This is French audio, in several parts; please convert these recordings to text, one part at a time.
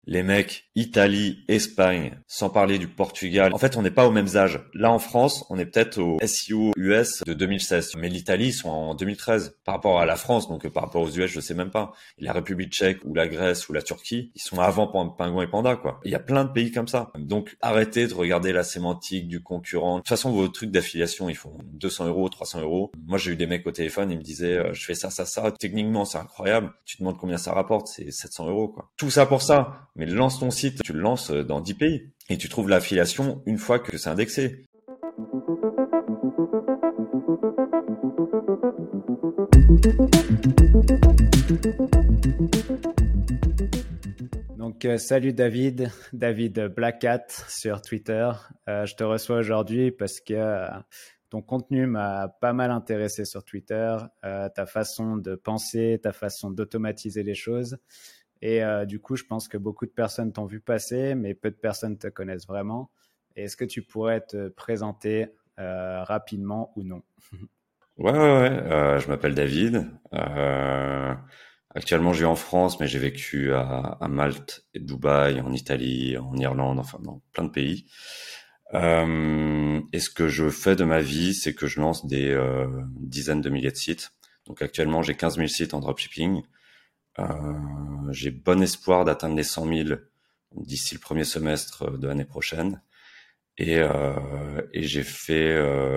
Les mecs, Italie, Espagne, sans parler du Portugal. En fait, on n'est pas aux mêmes âges. Là, en France, on est peut-être au SEO US de 2016. Mais l'Italie, ils sont en 2013. Par rapport à la France, donc par rapport aux US, je sais même pas. La République tchèque ou la Grèce ou la Turquie, ils sont avant Penguin et Panda, quoi. Il y a plein de pays comme ça. Donc, arrêtez de regarder la sémantique du concurrent. De toute façon, vos trucs d'affiliation, ils font 200 euros, 300 euros. Moi, j'ai eu des mecs au téléphone, ils me disaient, je fais ça, ça, ça. Techniquement, c'est incroyable. Tu te demandes combien ça rapporte, c'est 700 euros, quoi. Tout ça pour ça. Mais lance ton site, tu le lances dans 10 pays et tu trouves l'affiliation une fois que c'est indexé. Donc, salut David, David Black Hat sur Twitter. Je te reçois aujourd'hui parce que ton contenu m'a pas mal intéressé sur Twitter, ta façon de penser, ta façon d'automatiser les choses. Et du coup, je pense que beaucoup de personnes t'ont vu passer, mais peu de personnes te connaissent vraiment. Et est-ce que tu pourrais te présenter rapidement ou non? Ouais. Je m'appelle David. Actuellement, je vis en France, mais j'ai vécu à Malte et Dubaï, en Italie, en Irlande, enfin dans plein de pays. Et ce que je fais de ma vie, c'est que je lance des dizaines de milliers de sites. Donc actuellement, j'ai 15 000 sites en dropshipping. J'ai bon espoir d'atteindre les 100 000 d'ici le premier semestre de l'année prochaine. Et j'ai fait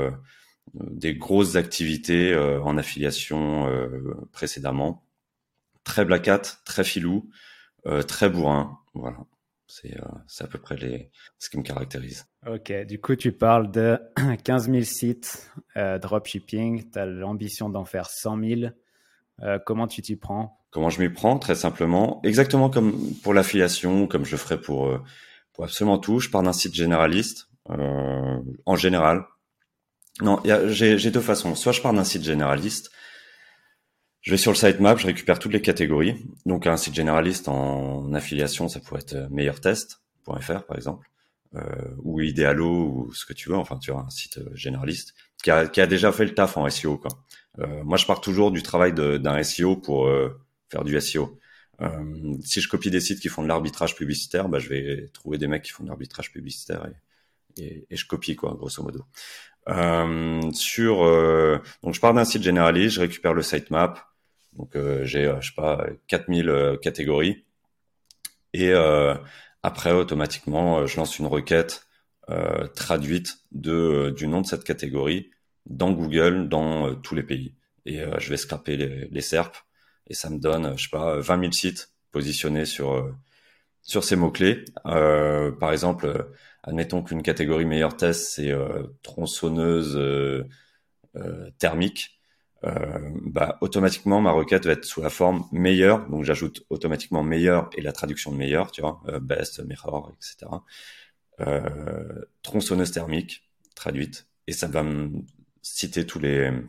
des grosses activités en affiliation précédemment. Très black hat, très filou, très bourrin. Voilà, c'est à peu près ce qui me caractérise. Ok, du coup, tu parles de 15 000 sites dropshipping. Tu as l'ambition d'en faire 100 000. Comment tu t'y prends? Comment je m'y prends? Très simplement, exactement comme pour l'affiliation, comme je ferais pour absolument tout. Je pars d'un site généraliste, en général. Non, j'ai deux façons. Soit je pars d'un site généraliste, je vais sur le sitemap, je récupère toutes les catégories. Donc un site généraliste en affiliation, ça pourrait être meilleurtest.fr par exemple, ou Idealo ou ce que tu veux. Enfin, tu vois, un site généraliste qui a déjà fait le taf en SEO, quoi. Moi, je pars toujours du travail d'un SEO pour faire du SEO. Si je copie des sites qui font de l'arbitrage publicitaire, bah, je vais trouver des mecs qui font de l'arbitrage publicitaire et je copie, quoi, grosso modo. Donc je pars d'un site généraliste, je récupère le sitemap. Donc j'ai je sais pas 4000 catégories et après automatiquement je lance une requête traduite du nom de cette catégorie dans Google dans tous les pays et je vais scraper les SERP et ça me donne je sais pas 20 000 sites positionnés sur ces mots-clés. Par exemple, admettons qu'une catégorie meilleur test, c'est tronçonneuse thermique. Bah, automatiquement, ma requête va être sous la forme meilleur. Donc, j'ajoute automatiquement meilleur et la traduction de meilleur, tu vois, best, meilleur, etc. Tronçonneuse thermique, traduite. Et ça va me citer tous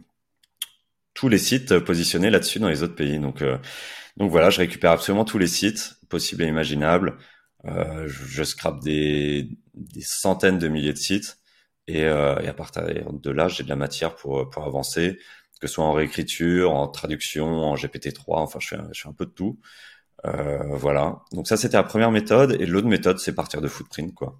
les sites positionnés là-dessus dans les autres pays. Donc voilà, je récupère absolument tous les sites possibles et imaginables. Je scrape des centaines de milliers de sites et à partir de là, j'ai de la matière pour avancer, que ce soit en réécriture, en traduction, en GPT-3. Enfin, je fais un peu de tout. Voilà. Donc ça, c'était la première méthode. Et l'autre méthode, c'est partir de footprint, quoi.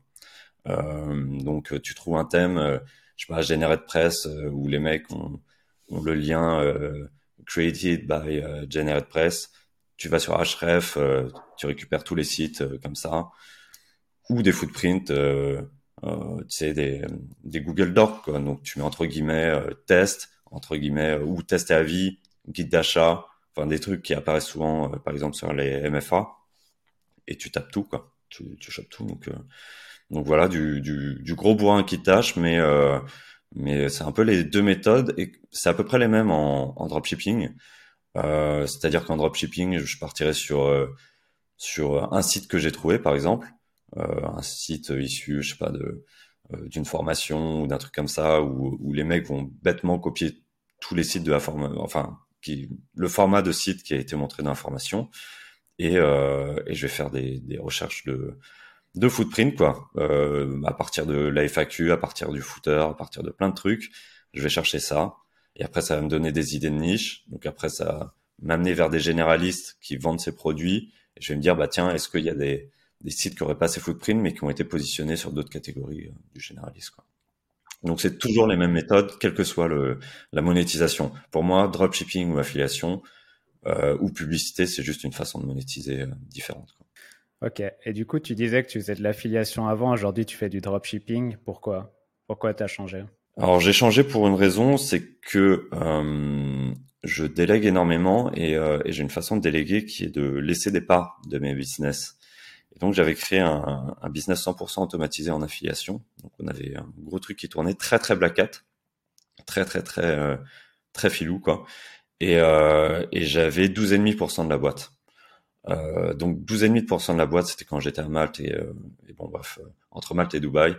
Donc tu trouves un thème, je sais pas, GeneratePress, où les mecs ont le lien created by GeneratePress. Tu vas sur Ahref, tu récupères tous les sites comme ça, ou des footprints, tu sais, des Google Docs, quoi. Donc tu mets entre guillemets test, entre guillemets, ou test et avis, guide d'achat, enfin des trucs qui apparaissent souvent, par exemple sur les MFA, et tu tapes tout, quoi. Tu chopes tout. Donc voilà, du gros bourrin qui tâche, mais c'est un peu les deux méthodes et c'est à peu près les mêmes en dropshipping. C'est-à-dire qu'en dropshipping, je partirais sur un site que j'ai trouvé, par exemple, un site issu, je sais pas, d'une formation ou d'un truc comme ça, où les mecs vont bêtement copier tous les sites de la formation, enfin, le format de site qui a été montré dans la formation, et je vais faire des recherches de footprint, quoi, à partir de la FAQ, à partir du footer, à partir de plein de trucs. Je vais chercher ça. Et après, ça va me donner des idées de niche. Donc après, ça va m'amener vers des généralistes qui vendent ces produits. Et je vais me dire, bah tiens, est-ce qu'il y a des sites qui auraient pas assez footprint, mais qui ont été positionnés sur d'autres catégories du généraliste, quoi. Donc c'est toujours les mêmes méthodes, quelle que soit la monétisation. Pour moi, dropshipping ou affiliation ou publicité, c'est juste une façon de monétiser différente, quoi. Ok. Et du coup, tu disais que tu faisais de l'affiliation avant. Aujourd'hui, tu fais du dropshipping. Pourquoi? Pourquoi t'as changé? Alors j'ai changé pour une raison, c'est que je délègue énormément et j'ai une façon de déléguer qui est de laisser des parts de mes business. Et donc j'avais créé un business 100% automatisé en affiliation. Donc on avait un gros truc qui tournait très très black hat, très filou, quoi. Et j'avais 12,5% de la boîte. Donc 12,5% de la boîte, c'était quand j'étais à Malte et bon bref, entre Malte et Dubaï.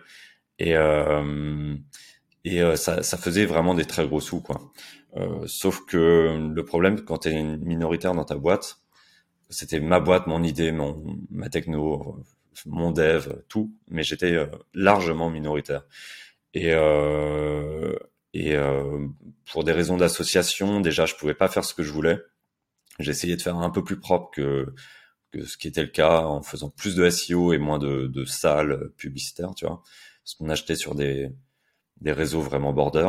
Et ça faisait vraiment des très gros sous, quoi. Sauf que le problème quand t'es minoritaire dans ta boîte, c'était ma boîte, mon idée, ma techno, mon dev, tout, mais j'étais largement minoritaire. Et, euh, et pour des raisons d'association, déjà, je pouvais pas faire ce que je voulais. J'ai essayé de faire un peu plus propre que ce qui était le cas en faisant plus de SEO et moins de salles publicitaires, tu vois. Parce qu'on achetait sur des réseaux vraiment border.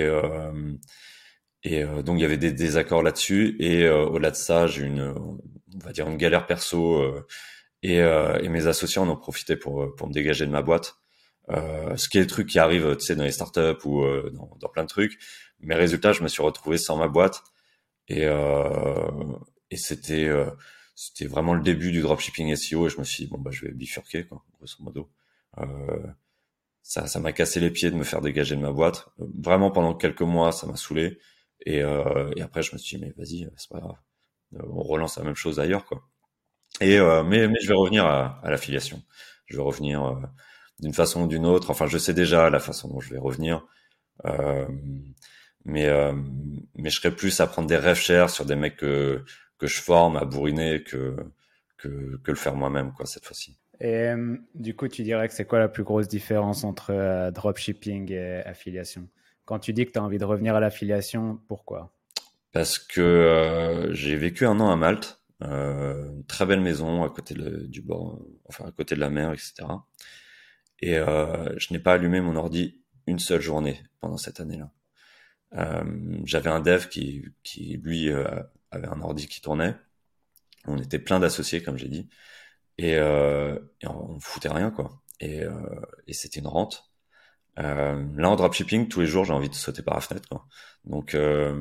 Et donc il y avait des désaccords là-dessus. Et au-delà de ça, j'ai on va dire une galère perso. Et mes associés en ont profité pour me dégager de ma boîte. Ce qui est le truc qui arrive, tu sais, dans les startups ou dans plein de trucs. Mais résultat, je me suis retrouvé sans ma boîte. Et, euh, et c'était vraiment le début du dropshipping SEO. Et je me suis dit, bon, bah, je vais bifurquer, quoi, grosso modo. Euh, ça m'a cassé les pieds de me faire dégager de ma boîte. Vraiment, pendant quelques mois, ça m'a saoulé. Et après, je me suis dit, mais vas-y, c'est pas grave. On relance la même chose ailleurs, quoi. Mais je vais revenir à l'affiliation. Je vais revenir d'une façon ou d'une autre. Enfin, je sais déjà la façon dont je vais revenir. Euh, mais, euh, mais je serai plus à prendre des rêves chers sur des mecs que je forme à bourriner que le faire moi-même, quoi, cette fois-ci. Et du coup, tu dirais que c'est quoi la plus grosse différence entre dropshipping et affiliation? Quand tu dis que tu as envie de revenir à l'affiliation, pourquoi? Parce que j'ai vécu un an à Malte, une très belle maison à côté du bord, enfin à côté de la mer, etc. Et je n'ai pas allumé mon ordi une seule journée pendant cette année-là. J'avais un dev qui lui avait un ordi qui tournait. On était plein d'associés, comme j'ai dit, et on foutait rien, quoi. Et c'était une rente. Là en dropshipping, tous les jours, j'ai envie de sauter par la fenêtre, quoi. Donc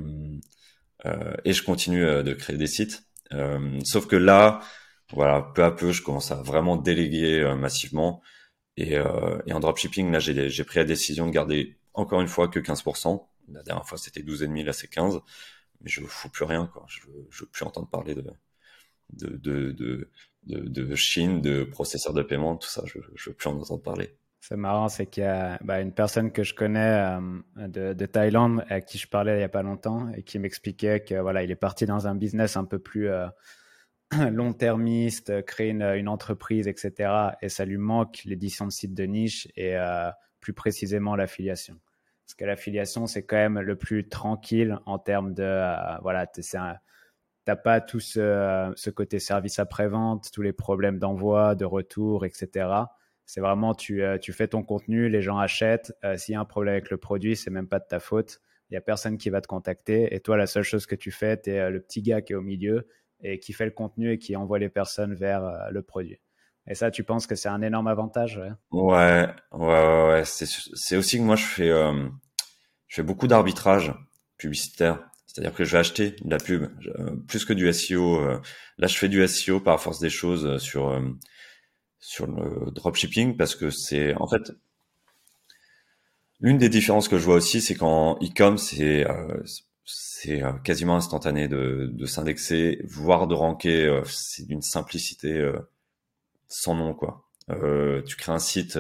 et je continue de créer des sites. Sauf que là, voilà, peu à peu, je commence à vraiment déléguer massivement. Et en dropshipping, là, j'ai pris la décision de garder encore une fois que 15%. La dernière fois, c'était 12,5, là, c'est 15. Mais je fous plus rien, quoi. Je veux plus entendre parler de, de, de, de Chine, de processeurs de paiement, tout ça. Je veux plus en entendre parler. C'est marrant, c'est qu'il y a une personne que je connais de Thaïlande à qui je parlais il y a pas longtemps et qui m'expliquait que voilà, il est parti dans un business un peu plus long-termiste, créer une entreprise, etc. Et ça lui manque l'édition de sites de niche et plus précisément l'affiliation. Parce que l'affiliation, c'est quand même le plus tranquille en termes de voilà, t'as pas tout ce côté service après-vente, tous les problèmes d'envoi, de retour, etc. C'est vraiment, tu fais ton contenu, les gens achètent. S'il y a un problème avec le produit, c'est même pas de ta faute. Il y a personne qui va te contacter. Et toi, la seule chose que tu fais, tu es le petit gars qui est au milieu et qui fait le contenu et qui envoie les personnes vers le produit. Et ça, tu penses que c'est un énorme avantage, ouais? Ouais. C'est aussi que moi, je fais beaucoup d'arbitrage publicitaire. C'est-à-dire que je vais acheter de la pub, plus que du SEO. Là, je fais du SEO par force des choses sur le dropshipping parce que c'est en fait l'une des différences que je vois aussi, c'est qu'en e-com, c'est quasiment instantané de s'indexer, voire de ranker. C'est d'une simplicité sans nom, quoi. Tu crées un site,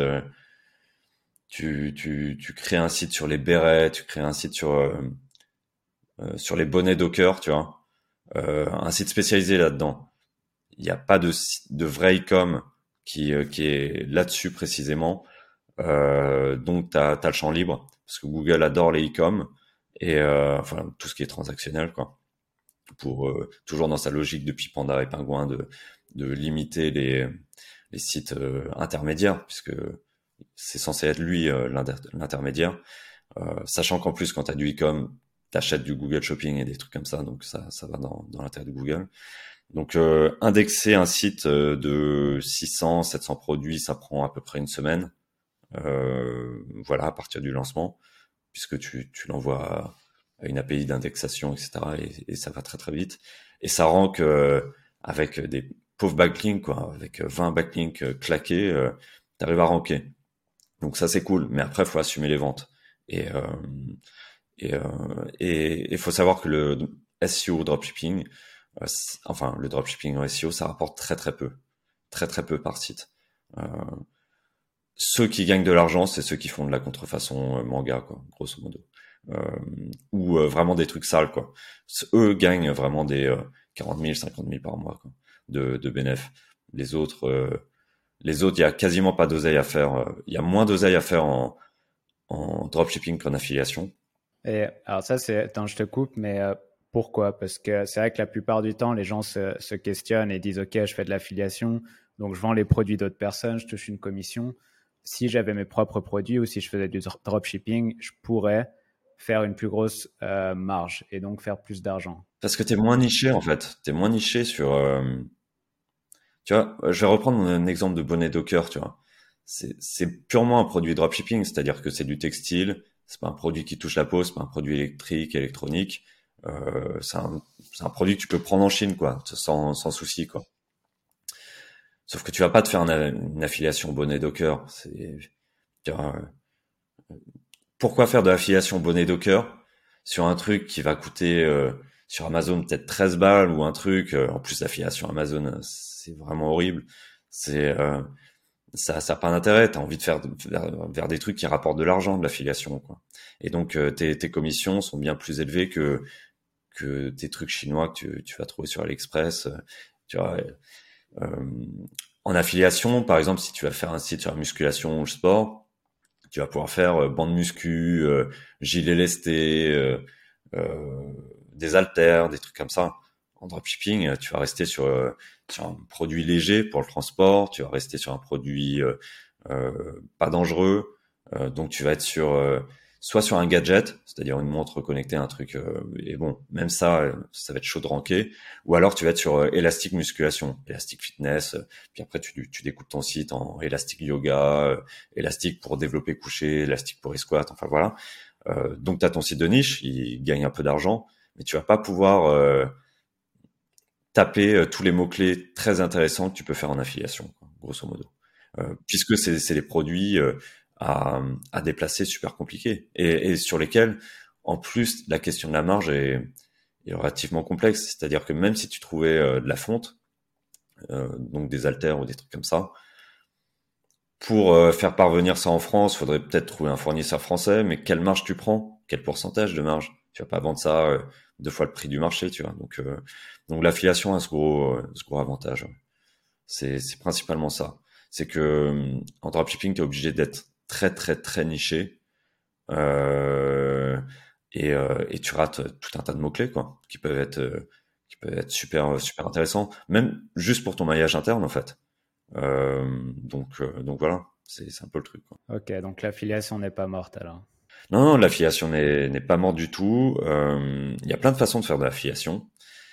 tu crées un site sur les bérets, tu crées un site sur les bonnets Docker, tu vois, un site spécialisé là-dedans. Il n'y a pas de vrai e-com qui est là-dessus précisément. Donc t'as le champ libre parce que Google adore les e-com et enfin tout ce qui est transactionnel, quoi. Pour toujours dans sa logique depuis Panda et Pingouin de limiter les sites intermédiaires, puisque c'est censé être lui l'intermédiaire. Sachant qu'en plus, quand tu as du e-com, t'achètes du Google Shopping et des trucs comme ça, donc ça va dans l'intérêt de Google. Donc indexer un site de 600, 700 produits, ça prend à peu près une semaine. Voilà, à partir du lancement, puisque tu l'envoies à une API d'indexation, etc. Et ça va très très vite. Et ça rend que avec des pauvres backlinks, quoi, avec 20 backlinks claqués, t'arrives à ranker. Donc ça c'est cool, mais après faut assumer les ventes. Et il faut savoir que le SEO dropshipping, enfin le dropshipping en SEO, ça rapporte très très peu par site. Ceux qui gagnent de l'argent, c'est ceux qui font de la contrefaçon manga, quoi, grosso modo, ou vraiment des trucs sales, quoi. Eux gagnent vraiment des 40 000, 50 000 par mois, quoi, de bénéf. Les autres, il y a quasiment pas d'oseille à faire. Il y a moins d'oseille à faire en dropshipping qu'en affiliation. Et alors ça, attends, je te coupe, mais pourquoi? Parce que c'est vrai que la plupart du temps, les gens se questionnent et disent, OK, je fais de l'affiliation, donc je vends les produits d'autres personnes, je touche une commission. Si j'avais mes propres produits ou si je faisais du dropshipping, je pourrais faire une plus grosse marge et donc faire plus d'argent. Parce que t'es moins niché, en fait. T'es moins niché sur... Tu vois, je vais reprendre mon exemple de bonnet Docker, tu vois. C'est purement un produit dropshipping, c'est-à-dire que c'est du textile, c'est pas un produit qui touche la peau, c'est pas un produit électrique, électronique. C'est un produit que tu peux prendre en Chine, quoi, sans souci, quoi. Sauf que tu vas pas te faire une affiliation bonnet Docker. Tu vois, pourquoi faire de l'affiliation bonnet Docker sur un truc qui va coûter sur Amazon peut-être 13 balles ou un truc, en plus l'affiliation Amazon, c'est vraiment horrible. Ça a pas d'intérêt. T'as envie de faire vers des trucs qui rapportent de l'argent, de l'affiliation, quoi. Et donc tes commissions sont bien plus élevées que tes trucs chinois que tu vas trouver sur AliExpress. Tu vois, en affiliation, par exemple, si tu vas faire un site sur la musculation ou le sport, tu vas pouvoir faire bande muscu, gilet lesté, des haltères, des trucs comme ça. En dropshipping, tu vas rester sur un produit léger pour le transport, tu vas rester sur un produit pas dangereux, donc tu vas être soit sur un gadget, c'est-à-dire une montre connectée à un truc, et bon, même ça, ça va être chaud de ranker, ou alors tu vas être sur élastique musculation, élastique fitness, puis après tu découpes ton site en élastique yoga, élastique pour développer couché, élastique pour squat, enfin voilà. Donc tu as ton site de niche, il gagne un peu d'argent, mais tu vas pas pouvoir taper tous les mots-clés très intéressants que tu peux faire en affiliation, quoi, grosso modo. Puisque c'est des produits à déplacer super compliqués et sur lesquels, en plus, la question de la marge est relativement complexe. C'est-à-dire que même si tu trouvais de la fonte, donc des haltères ou des trucs comme ça, pour faire parvenir ça en France, faudrait peut-être trouver un fournisseur français, mais quelle marge tu prends? Quel pourcentage de marge? Tu vas pas vendre ça 2 fois le prix du marché, tu vois. Donc l'affiliation a ce gros avantage. C'est principalement ça. C'est que en dropshipping, tu es obligé d'être très très très niché et tu rates tout un tas de mots-clés, quoi, qui peuvent être super intéressants, même juste pour ton maillage interne en fait. Donc voilà, c'est un peu le truc, quoi. Ok, donc l'affiliation n'est pas morte alors. Non, l'affiliation n'est pas morte du tout. Il y a plein de façons de faire de l'affiliation.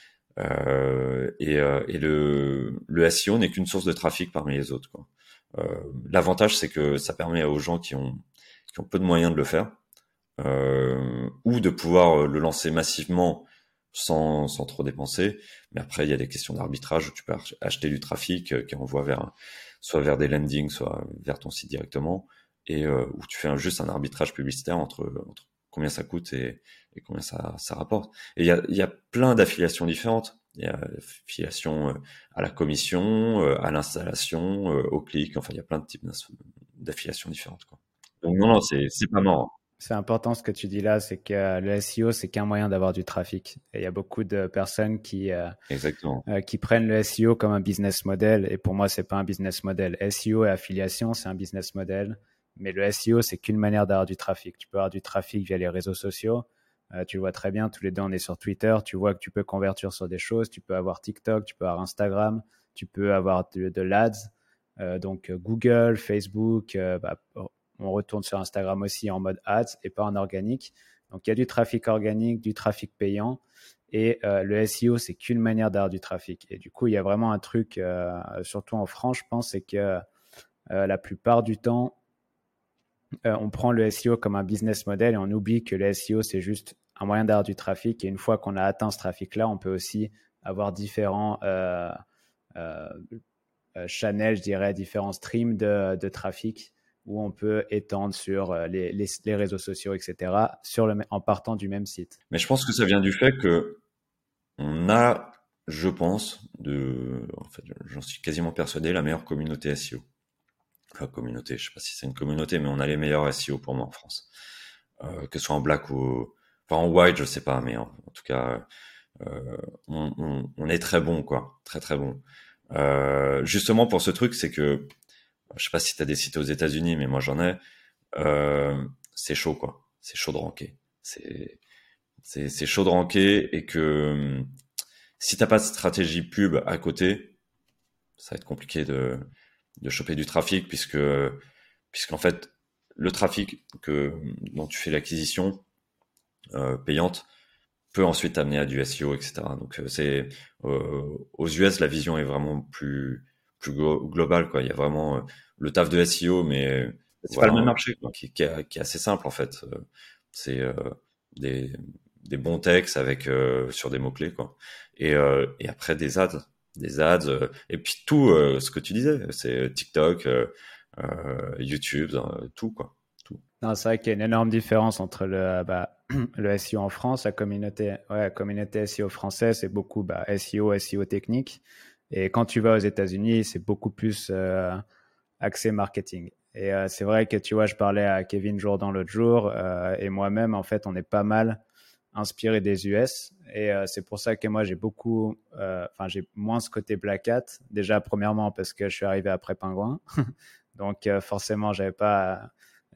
Et le SEO n'est qu'une source de trafic parmi les autres, quoi. L'avantage, c'est que ça permet aux gens qui ont peu de moyens de le faire, ou de pouvoir le lancer massivement sans trop dépenser. Mais après, il y a des questions d'arbitrage où tu peux acheter du trafic qui envoie soit vers des landings, soit vers ton site directement, et où tu fais juste un arbitrage publicitaire entre combien ça coûte et combien ça rapporte. Et il y a plein d'affiliations différentes. Il y a l'affiliation à la commission, à l'installation, au clic. Enfin, il y a plein de types d'affiliations différentes, quoi. Donc non, c'est pas mort. C'est important ce que tu dis là, c'est que le SEO, c'est qu'un moyen d'avoir du trafic. Et il y a beaucoup de personnes Exactement. qui prennent le SEO comme un business model. Et pour moi, c'est pas un business model. SEO et affiliation, c'est un business model. Mais le SEO, c'est qu'une manière d'avoir du trafic. Tu peux avoir du trafic via les réseaux sociaux. Tu le vois très bien, tous les deux, on est sur Twitter. Tu vois que tu peux convertir sur des choses. Tu peux avoir TikTok, tu peux avoir Instagram, tu peux avoir de l'ADS. Donc Google, Facebook, on retourne sur Instagram aussi en mode ads et pas en organique. Donc il y a du trafic organique, du trafic payant. Et le SEO, c'est qu'une manière d'avoir du trafic. Et du coup, il y a vraiment un truc, surtout en France, je pense, c'est que la plupart du temps, on prend le SEO comme un business model et on oublie que le SEO, c'est juste un moyen d'avoir du trafic. Et une fois qu'on a atteint ce trafic-là, on peut aussi avoir différents channels, je dirais, différents streams de trafic où on peut étendre sur les réseaux sociaux, etc., en partant du même site. Mais je pense que ça vient du fait que on a, je pense, en fait, j'en suis quasiment persuadé, la meilleure communauté SEO. Enfin, communauté, je sais pas si c'est une communauté, mais on a les meilleurs SEO pour moi en France. Que ce soit en black ou, enfin en white, je sais pas, mais en tout cas, on est très bon, quoi. Très, très bon. Justement pour ce truc, c'est que, je sais pas si t'as des sites aux États-Unis, mais moi j'en ai, c'est chaud, quoi. C'est chaud de ranker. C'est chaud de ranker et que si t'as pas de stratégie pub à côté, ça va être compliqué de choper du trafic puisqu'en fait le trafic dont tu fais l'acquisition payante peut ensuite t'amener à du SEO, etc. Donc aux US la vision est vraiment plus globale, quoi. Il y a vraiment le taf de SEO, mais c'est voilà, pas le même marché, quoi, qui est assez simple en fait. C'est des des bons textes avec sur des mots clés, quoi. Et après des ads et puis tout ce que tu disais, c'est TikTok, YouTube, tout, quoi, tout. Non, c'est vrai qu'il y a une énorme différence entre le SEO en France, la communauté SEO française, c'est beaucoup SEO technique. Et quand tu vas aux États-Unis, c'est beaucoup plus axé marketing. Et c'est vrai que tu vois, je parlais à Kevin Jourdan l'autre jour et moi-même, en fait, on est pas mal inspiré des US. Et c'est pour ça que moi, j'ai moins ce côté Black Hat. Déjà, premièrement, parce que je suis arrivé après Penguin. Donc, forcément, j'avais pas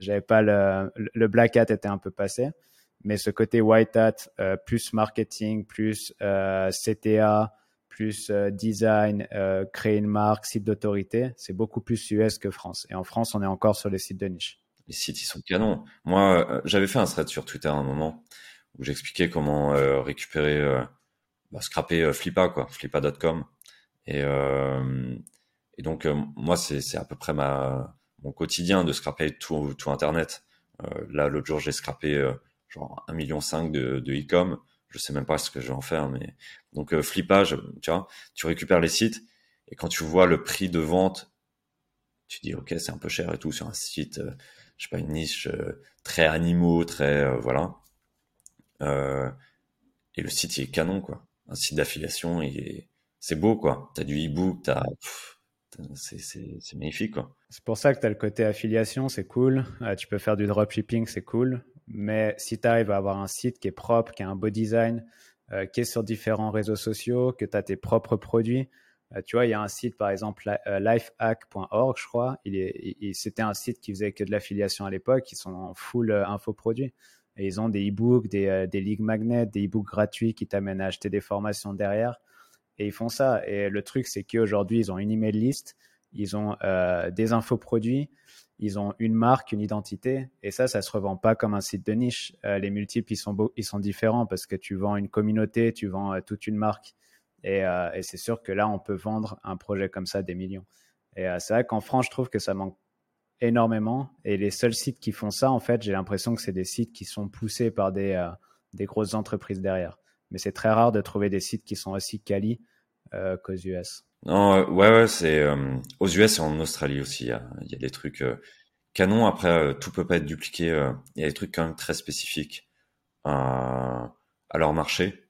le Black Hat était un peu passé. Mais ce côté White Hat, plus marketing, plus CTA, plus design, créer une marque, site d'autorité, c'est beaucoup plus US que France. Et en France, on est encore sur les sites de niche. Les sites, ils sont canons. Moi, j'avais fait un thread sur Twitter à un moment où j'expliquais comment récupérer, scraper Flippa, quoi, flippa.com. Et, donc, moi, c'est à peu près mon quotidien de scraper tout Internet. Là, l'autre jour, j'ai scrapé genre 1,5 million de e-com. Je sais même pas ce que je vais en faire, mais donc Flippa, tu vois, tu récupères les sites et quand tu vois le prix de vente, tu dis ok, c'est un peu cher et tout sur un site, je sais pas, une niche très animaux, très voilà. Et le site il est canon, quoi. Un site d'affiliation, c'est beau, quoi. T'as du e-book, c'est magnifique, quoi. C'est pour ça que tu as le côté affiliation, c'est cool. Tu peux faire du dropshipping, c'est cool. Mais si tu arrives à avoir un site qui est propre, qui a un beau design, qui est sur différents réseaux sociaux, que tu as tes propres produits, tu vois, il y a un site, par exemple, lifehack.org, je crois. C'était un site qui faisait que de l'affiliation à l'époque. Ils sont en full infoproduits. Et ils ont des e-books, des leads magnets, des e-books gratuits qui t'amènent à acheter des formations derrière. Et ils font ça. Et le truc, c'est qu'aujourd'hui, ils ont une email list, ils ont des infoproduits, ils ont une marque, une identité. Et ça se revend pas comme un site de niche. Les multiples, ils sont différents parce que tu vends une communauté, tu vends toute une marque. Et c'est sûr que là, on peut vendre un projet comme ça des millions. Et c'est vrai qu'en France, je trouve que ça manque énormément. Et les seuls sites qui font ça, en fait, j'ai l'impression que c'est des sites qui sont poussés par des grosses entreprises derrière. Mais c'est très rare de trouver des sites qui sont aussi quali qu'aux US. Non, ouais, c'est aux US et en Australie aussi. Il y a des trucs canons. Après, tout peut pas être dupliqué. Il y a des trucs quand même très spécifiques à leur marché.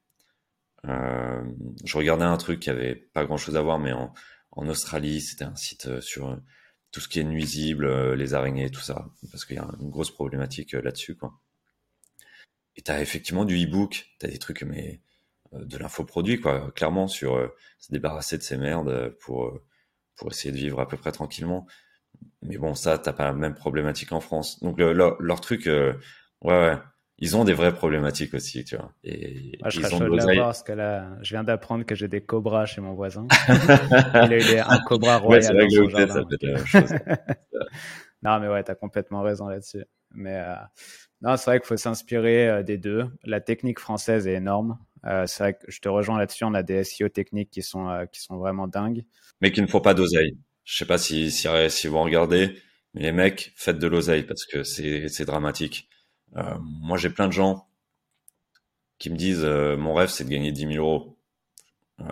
Je regardais un truc qui avait pas grand-chose à voir, mais en Australie, c'était un site sur tout ce qui est nuisible, les araignées, tout ça, parce qu'il y a une grosse problématique là-dessus, quoi. Et t'as effectivement du e-book, t'as des trucs, mais de l'infoproduit, quoi, clairement, sur se débarrasser de ces merdes pour essayer de vivre à peu près tranquillement. Mais bon, ça, t'as pas la même problématique en France. Donc leur truc, ouais, ils ont des vraies problématiques aussi, tu vois. Et Moi, je serais ils ont de chaud de l'oseille. l'avoir parce que là, je viens d'apprendre que j'ai des cobras chez mon voisin. Il a eu un cobra Ouais, c'est royal vrai dans que là son où t'es, ça jardin. peut être la même chose. Non, mais ouais, t'as complètement raison là-dessus. Mais non, c'est vrai qu'il faut s'inspirer des deux. La technique française est énorme. C'est vrai que je te rejoins là-dessus. On a des SEO techniques qui sont vraiment dingues. Mais qu'il ne faut pas d'oseille. Je sais pas si vous regardez, mais les mecs, faites de l'oseille parce que c'est dramatique. Moi, j'ai plein de gens qui me disent, mon rêve, c'est de gagner 10 000 euros. Euh,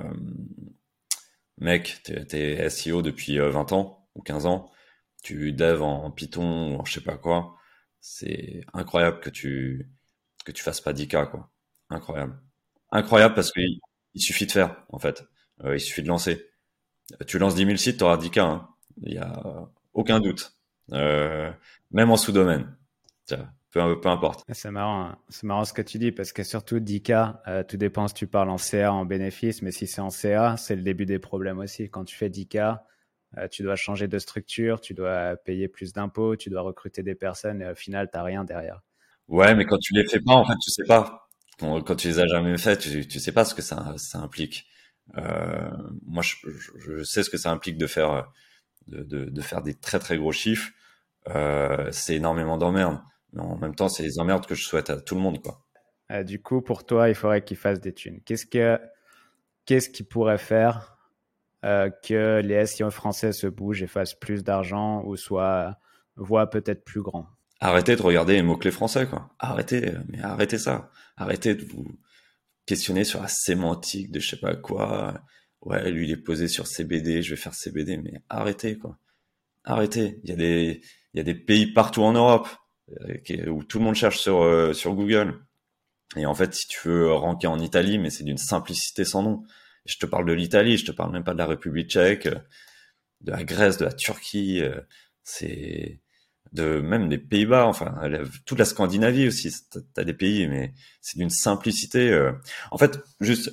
Mec, t'es SEO depuis 20 ans ou 15 ans, tu dev en Python ou en je sais pas quoi. C'est incroyable que tu fasses pas 10K, quoi. Incroyable. Incroyable parce qu'il suffit de faire, en fait. Il suffit de lancer. Tu lances 10 000 sites, tu auras 10K, hein. Il y a aucun doute. Euh, Même en sous-domaine. Tiens, peu importe. C'est marrant ce que tu dis parce que surtout 10K, tout dépend si tu parles en CA, en bénéfice, mais si c'est en CA, c'est le début des problèmes aussi. Quand tu fais 10K, tu dois changer de structure, tu dois payer plus d'impôts, tu dois recruter des personnes et au final, tu n'as rien derrière. Ouais, mais quand tu les fais pas, en fait, tu sais pas. Quand tu les as jamais fait, tu sais pas ce que ça implique. Moi, je sais ce que ça implique de faire, de faire des très très gros chiffres. C'est énormément d'emmerdes. Mais en même temps, c'est les emmerdes que je souhaite à tout le monde, quoi. Du coup, pour toi, il faudrait qu'ils fassent des thunes. Qu'est-ce qu'ils pourraient faire que les SEO français se bougent et fassent plus d'argent ou soit voient peut-être plus grand? Arrêtez de regarder les mots-clés français, quoi. Arrêtez, mais arrêtez ça. Arrêtez de vous questionner sur la sémantique de je sais pas quoi. Ouais, lui, il est posé sur CBD, je vais faire CBD, mais arrêtez, quoi. Arrêtez. Il y a des pays partout en Europe où tout le monde cherche sur Google. Et en fait, si tu veux ranker en Italie, mais c'est d'une simplicité sans nom. Je te parle de l'Italie, je te parle même pas de la République tchèque, de la Grèce, de la Turquie, c'est de même des Pays-Bas, enfin toute la Scandinavie aussi. T'as des pays, mais c'est d'une simplicité. En fait, juste,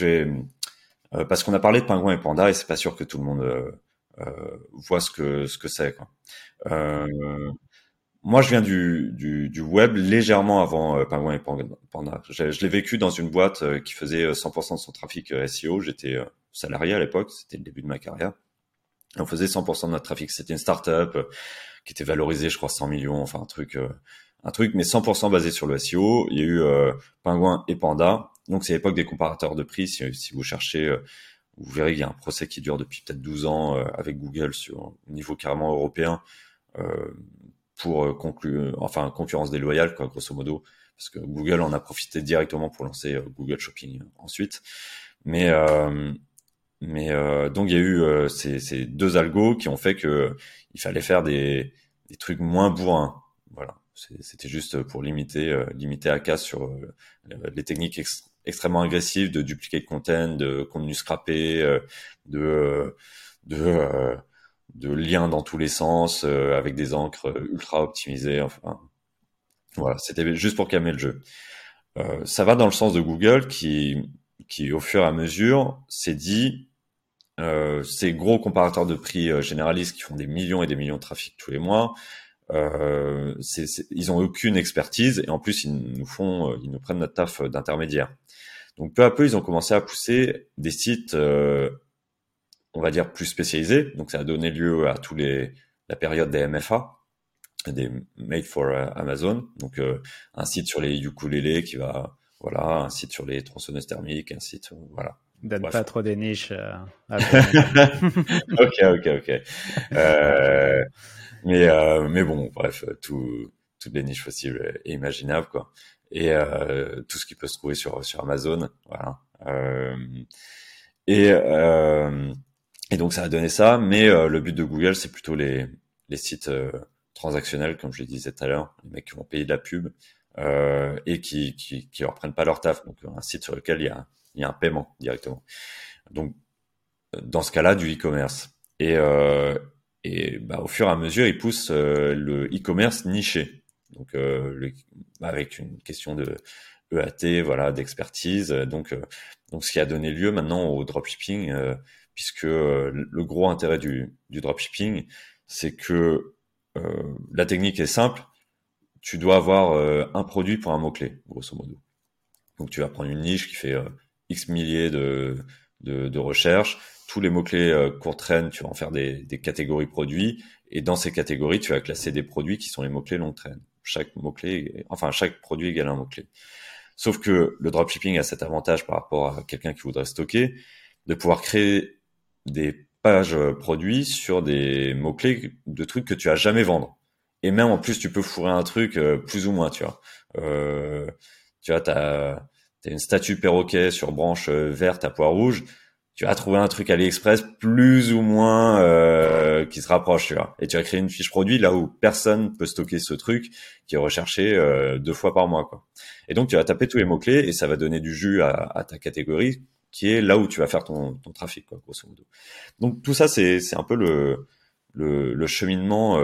parce qu'on a parlé de pingouins et pandas, et c'est pas sûr que tout le monde voit ce que c'est, quoi. Euh, Moi, je viens du web légèrement avant Penguin et Panda. Je l'ai vécu dans une boîte qui faisait 100% de son trafic SEO. J'étais salarié à l'époque, c'était le début de ma carrière. On faisait 100% de notre trafic. C'était une start-up qui était valorisée, je crois, 100 millions, enfin un truc, mais 100% basé sur le SEO. Il y a eu Penguin et Panda. Donc, c'est l'époque des comparateurs de prix. Si vous cherchez, vous verrez qu'il y a un procès qui dure depuis peut-être 12 ans avec Google sur au niveau carrément européen. Euh, pour enfin concurrence déloyale, quoi, grosso modo, parce que Google en a profité directement pour lancer Google Shopping ensuite. Mais donc il y a eu ces deux algos qui ont fait que il fallait faire des trucs moins bourrins. Voilà, c'était juste pour limiter à casse sur les techniques extrêmement agressives de duplicate content, de contenu scrappé, de de euh, de liens dans tous les sens, avec des encres ultra optimisées. Enfin, voilà, c'était juste pour calmer le jeu. Ça va dans le sens de Google qui au fur et à mesure, s'est dit, ces gros comparateurs de prix généralistes qui font des millions et des millions de trafic tous les mois, ils ont aucune expertise et en plus ils nous prennent notre taf d'intermédiaire. Donc peu à peu, ils ont commencé à pousser des sites on va dire plus spécialisés. Donc ça a donné lieu à la période des MFA, des Made for Amazon. Donc un site sur les ukulélés voilà, un site sur les tronçonneuses thermiques, un site, voilà. Donne Bref. pas trop des niches à Ok. Euh, mais bon, bref, toutes les niches possibles et imaginables, quoi. Et tout ce qui peut se trouver sur Amazon, voilà. Et euh, et donc ça a donné ça, mais le but de Google, c'est plutôt les sites transactionnels, comme je le disais tout à l'heure, les mecs qui vont payer de la pub et qui leur prennent pas leur taf. Donc un site sur lequel il y a un paiement directement. Donc dans ce cas-là, du e-commerce. Et bah, au fur et à mesure, ils poussent le e-commerce niché. Donc avec une question de EAT, voilà, d'expertise. Donc ce qui a donné lieu maintenant au dropshipping. Puisque le gros intérêt du dropshipping, c'est que la technique est simple. tu dois avoir un produit pour un mot-clé, grosso modo. Donc, tu vas prendre une niche qui fait X milliers de recherches. Tous les mots-clés qu'on traîne, tu vas en faire des catégories produits. Et dans ces catégories, tu vas classer des produits qui sont les mots-clés longue traîne. Chaque mot-clé, enfin, chaque produit égale un mot-clé. Sauf que le dropshipping a cet avantage par rapport à quelqu'un qui voudrait stocker, de pouvoir créer des pages produits sur des mots-clés de trucs que tu as jamais vendre. Et même en plus, tu peux fourrer un truc plus ou moins, tu vois. Tu vois, t'as une statue perroquet sur branche verte à pois rouge. Tu vas trouver un truc AliExpress plus ou moins qui se rapproche, tu vois. Et tu vas créer une fiche produit là où personne peut stocker ce truc qui est recherché 2 fois par mois, quoi. Et donc, tu vas taper tous les mots-clés et ça va donner du jus à ta catégorie qui est là où tu vas faire ton trafic, quoi, grosso modo. Donc, tout ça, c'est un peu le cheminement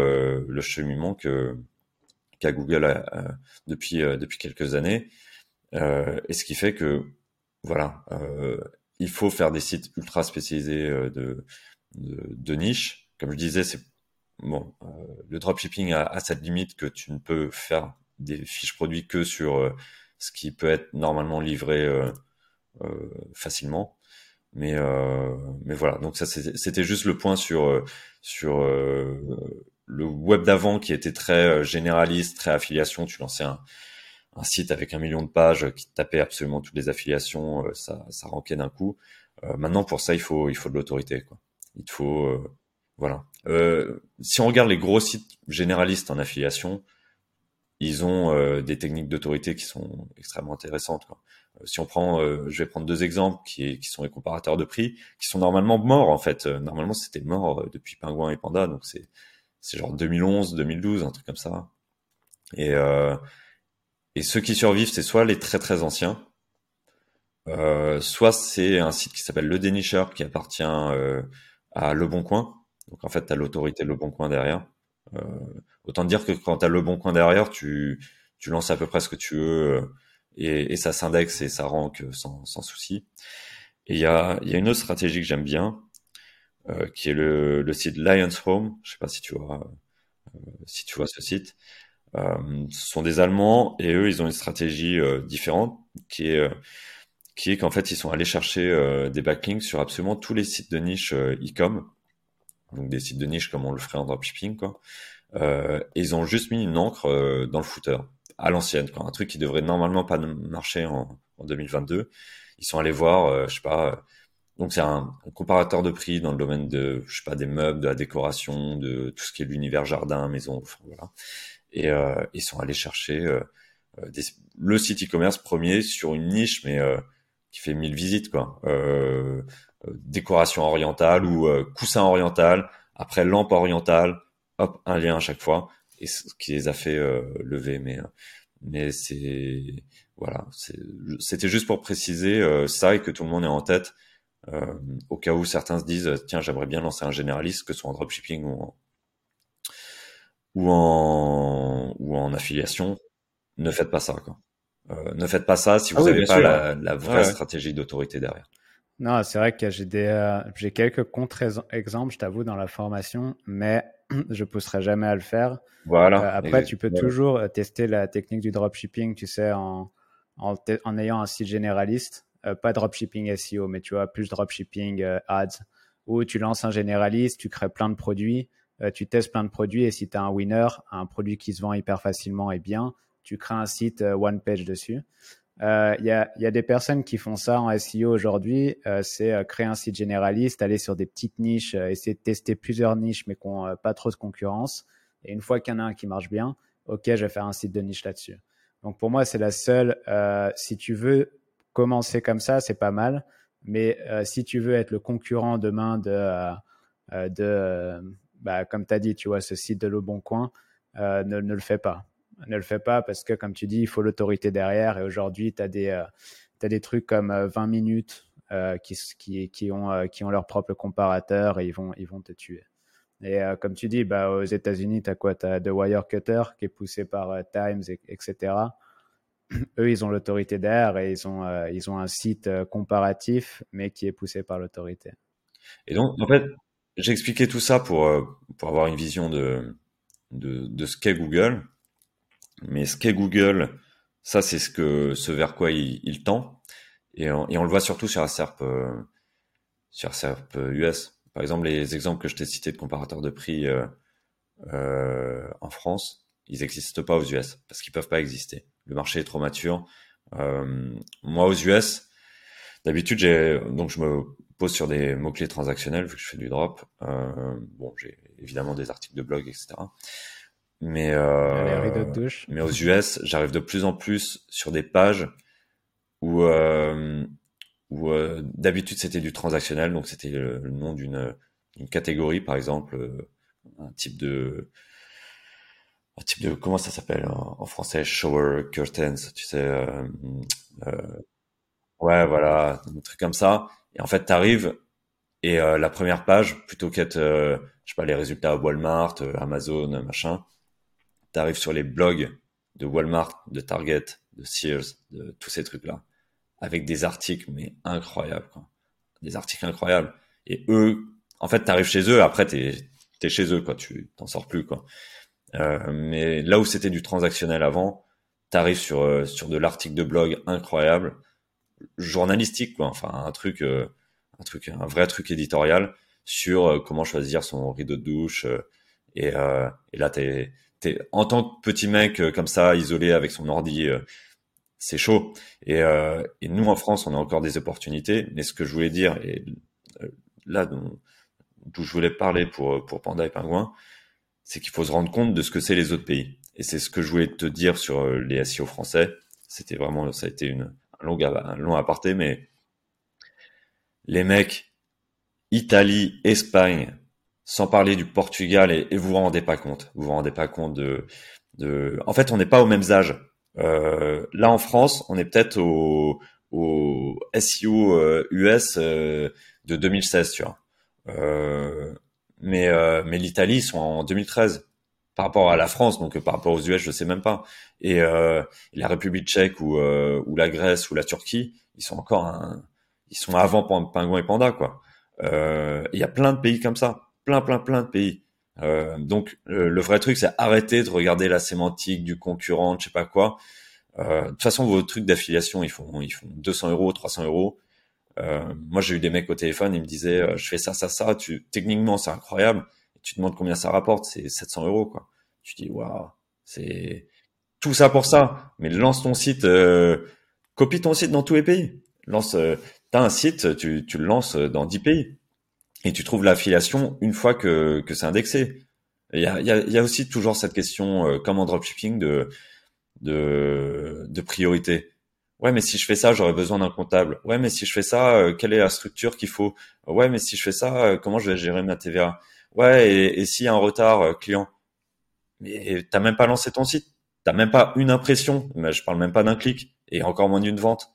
qu'a Google depuis quelques années. Et ce qui fait que, voilà, il faut faire des sites ultra spécialisés de niche. Comme je disais, c'est bon, le dropshipping a cette limite que tu ne peux faire des fiches produits que sur ce qui peut être normalement livré facilement. Mais voilà. Donc ça, c'était juste le point sur le web d'avant qui était très généraliste, très affiliation. Tu lançais un site avec 1 million de pages qui tapait absolument toutes les affiliations, ça ranquait d'un coup. Maintenant, pour ça, il faut de l'autorité, quoi. Il te faut, voilà. Si on regarde les gros sites généralistes en affiliation, ils ont des techniques d'autorité qui sont extrêmement intéressantes, quoi. Si on prend, je vais prendre 2 exemples qui sont les comparateurs de prix, qui sont normalement morts en fait. Normalement, c'était mort depuis Penguin et Panda, donc c'est genre 2011, 2012, un truc comme ça. Et et ceux qui survivent, c'est soit les très très anciens, soit c'est un site qui s'appelle Le Dénicheur qui appartient à Le Bon Coin. Donc en fait, tu as l'autorité Le Bon Coin derrière. Euh, Autant dire que quand tu as Le Bon Coin derrière, tu lances à peu près ce que tu veux et ça s'indexe et ça rank sans souci. Et il y a une autre stratégie que j'aime bien, qui est le site Lions Home. Je sais pas si tu vois ce site. Ce sont des Allemands et eux, ils ont une stratégie différente qui est qu'en fait, ils sont allés chercher des backlinks sur absolument tous les sites de niche e-com, donc des sites de niche comme on le ferait en dropshipping, quoi. Et ils ont juste mis une encre dans le footer, à l'ancienne, quoi, un truc qui devrait normalement pas marcher en 2022. Ils sont allés voir, je sais pas, donc c'est un comparateur de prix dans le domaine de, je sais pas, des meubles, de la décoration, de tout ce qui est l'univers jardin, maison, enfin, voilà. Et ils sont allés chercher le site e-commerce premier sur une niche, mais qui fait 1000 visites, quoi. Décoration orientale ou coussin oriental, après lampe orientale, hop, un lien à chaque fois, et ce qui les a fait lever. Mais c'est voilà, c'était juste pour préciser ça et que tout le monde ait en tête, au cas où certains se disent tiens, j'aimerais bien lancer un généraliste, que ce soit en dropshipping ou en affiliation. Ne faites pas ça, quoi. Ne faites pas ça si Ah vous oui, n'avez bien pas sûr. la Ouais, vraie ouais. stratégie d'autorité derrière. Non, c'est vrai que j'ai quelques contre-exemples, je t'avoue, dans la formation, mais je pousserai jamais à le faire. Voilà, Après, exact. tu peux Ouais. toujours tester la technique du dropshipping, tu sais, en ayant un site généraliste, pas dropshipping SEO, mais tu vois, plus dropshipping ads, où tu lances un généraliste, tu crées plein de produits, tu testes plein de produits, et si tu as un winner, un produit qui se vend hyper facilement et bien, tu crées un site one page dessus. Il y a des personnes qui font ça en SEO aujourd'hui. C'est créer un site généraliste, aller sur des petites niches, essayer de tester plusieurs niches, mais qui n'ont pas trop de concurrence. Et une fois qu'il y en a un qui marche bien, OK, je vais faire un site de niche là-dessus. Donc pour moi, c'est la seule. Si tu veux commencer comme ça, c'est pas mal. Mais si tu veux être le concurrent demain de comme tu as dit, tu vois, ce site de Le Bon Coin, ne le fais pas. Ne le fais pas parce que, comme tu dis, il faut l'autorité derrière. Et aujourd'hui, tu as des trucs comme 20 minutes qui ont leur propre comparateur et ils vont te tuer. Et comme tu dis, bah, aux États-Unis, tu as quoi? Tu as The Wirecutter qui est poussé par Times, etc. Eux, ils ont l'autorité derrière et ils ont un site comparatif, mais qui est poussé par l'autorité. Et donc, en fait, j'ai expliqué tout ça pour avoir une vision de ce qu'est Google. Mais ce qu'est Google, ça c'est ce vers quoi il tend. Et on le voit surtout sur la SERP US. Par exemple, les exemples que je t'ai cités de comparateurs de prix en France, ils n'existent pas aux US parce qu'ils peuvent pas exister. Le marché est trop mature. Moi, aux US, d'habitude, donc je me pose sur des mots-clés transactionnels vu que je fais du drop. Bon, j'ai évidemment des articles de blog, etc. Mais Les rideaux de douche. mais aux US, j'arrive de plus en plus sur des pages où d'habitude c'était du transactionnel, donc c'était le nom d'une catégorie, par exemple, un type de comment ça s'appelle en français, shower curtains, tu sais, euh, ouais, voilà, un truc comme ça. Et en fait, t'arrives et la première page, plutôt qu'être, je sais pas, les résultats à Walmart, Amazon, machin, t'arrives sur les blogs de Walmart, de Target, de Sears, de tous ces trucs-là, avec des articles mais incroyables, quoi. Des articles incroyables. Et eux, en fait, t'arrives chez eux, après t'es chez eux, quoi. Tu t'en sors plus, quoi. Mais là où c'était du transactionnel avant, t'arrives sur de l'article de blog incroyable, journalistique, quoi. Enfin, un vrai truc éditorial sur comment choisir son rideau de douche. Et là, en tant que petit mec comme ça, isolé avec son ordi, c'est chaud. Et nous, en France, on a encore des opportunités. Mais ce que je voulais dire, et là, d'où je voulais parler pour Panda et Pingouin, c'est qu'il faut se rendre compte de ce que c'est les autres pays. Et c'est ce que je voulais te dire sur les SEO français. C'était vraiment, ça a été un long aparté, mais les mecs, Italie, Espagne, sans parler du Portugal, et vous vous rendez pas compte. Vous vous rendez pas compte en fait, on n'est pas aux mêmes âges. Là, en France, on est peut-être au SEO US de 2016, tu vois. Mais l'Italie, ils sont en 2013 par rapport à la France, donc par rapport aux US, je sais même pas. Et la République tchèque ou la Grèce ou la Turquie, ils sont avant Pingouin et Panda, quoi. Il y a plein de pays comme ça, plein de pays. Donc le vrai truc, c'est arrêter de regarder la sémantique du concurrent, je sais pas quoi. De toute façon, vos trucs d'affiliation, ils font 200 euros, 300 euros. Moi, j'ai eu des mecs au téléphone, ils me disaient, je fais ça. Techniquement, c'est incroyable. Et tu te demandes combien ça rapporte, c'est 700 euros, quoi. Tu dis, waouh, c'est tout ça pour ça. Mais lance ton site, copie ton site dans tous les pays. T'as un site, tu le lances dans 10 pays. Et tu trouves l'affiliation une fois que c'est indexé. Il y a aussi toujours cette question, comme en dropshipping, de priorité. Ouais, mais si je fais ça, j'aurais besoin d'un comptable. Ouais, mais si je fais ça, quelle est la structure qu'il faut? Ouais, mais si je fais ça, comment je vais gérer ma TVA? Ouais, et s'il y a un retard client? Mais t'as même pas lancé ton site. T'as même pas une impression. Mais je parle même pas d'un clic. Et encore moins d'une vente.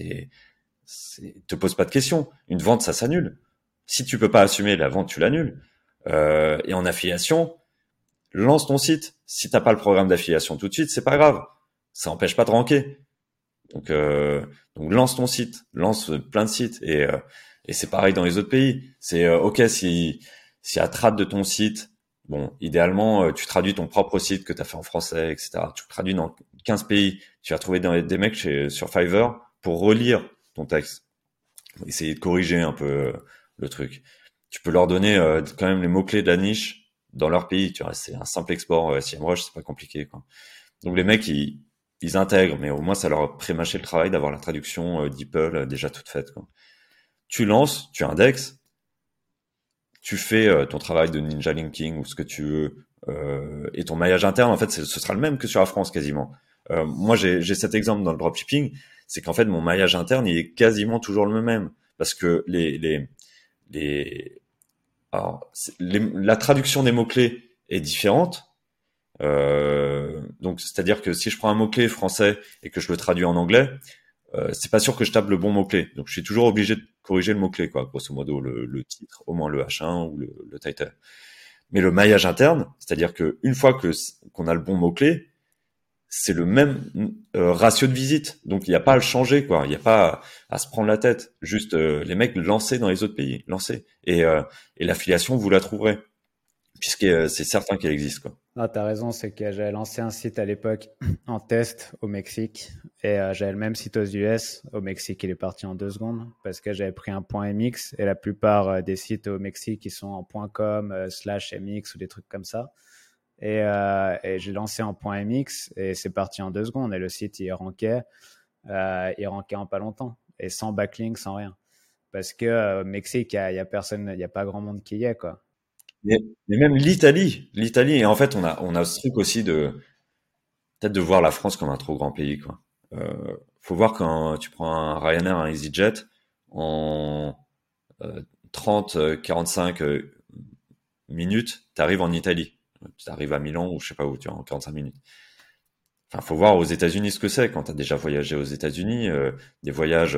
Te pose pas de questions. Une vente, ça s'annule. Si tu peux pas assumer la vente, tu l'annules. Et en affiliation, lance ton site. Si t'as pas le programme d'affiliation tout de suite, c'est pas grave. Ça empêche pas de ranker. Donc lance ton site, lance plein de sites et c'est pareil dans les autres pays. C'est ok si à trad de ton site, bon idéalement tu traduis ton propre site que tu as fait en français, etc. Tu traduis dans 15 pays, tu vas trouver des mecs sur Fiverr pour relire ton texte, essayer de corriger un peu le truc. Tu peux leur donner quand même les mots clés de la niche dans leur pays. Tu vois, c'est un simple export SEMrush, c'est pas compliqué, quoi. Donc les mecs ils intègrent, mais au moins ça leur a pré-mâché le travail d'avoir la traduction DeepL déjà toute faite, quoi. Tu lances, tu indexes, tu fais ton travail de ninja linking ou ce que tu veux, et ton maillage interne, en fait, ce sera le même que sur la France quasiment. Moi, j'ai cet exemple dans le dropshipping, c'est qu'en fait, mon maillage interne, il est quasiment toujours le même, parce que la traduction des mots-clés est différente. Donc, c'est-à-dire que si je prends un mot-clé français et que je le traduis en anglais, c'est pas sûr que je tape le bon mot-clé. Donc, je suis toujours obligé de corriger le mot-clé, quoi. Grosso modo, le titre, au moins le H1 ou le title. Mais le maillage interne, c'est-à-dire que une fois qu'on a le bon mot-clé, c'est le même ratio de visite. Donc, il n'y a pas à le changer, quoi. Il n'y a pas à se prendre la tête. Juste, les mecs, lancez dans les autres pays. Lancez. Et l'affiliation, vous la trouverez. Puisque c'est certain qu'elle existe, quoi. Non, t'as raison, c'est que j'avais lancé un site à l'époque en test au Mexique et j'avais le même site aux US. Au Mexique, il est parti en 2 secondes parce que j'avais pris un point .mx et la plupart des sites au Mexique, ils sont en .com, /mx ou des trucs comme ça. Et j'ai lancé en point .mx et c'est parti en 2 secondes et le site, il rankait en pas longtemps et sans backlink, sans rien. Parce que au Mexique, il y a personne, il y a pas grand monde qui y est, quoi. Mais même l'Italie, et en fait, on a ce truc aussi de peut-être de voir la France comme un trop grand pays, quoi. Faut voir quand tu prends un Ryanair, un EasyJet, en 30, 45 minutes, t'arrives en Italie. Tu arrives à Milan ou je sais pas où, tu vois, en 45 minutes. Enfin, faut voir aux États-Unis ce que c'est quand t'as déjà voyagé aux États-Unis, des voyages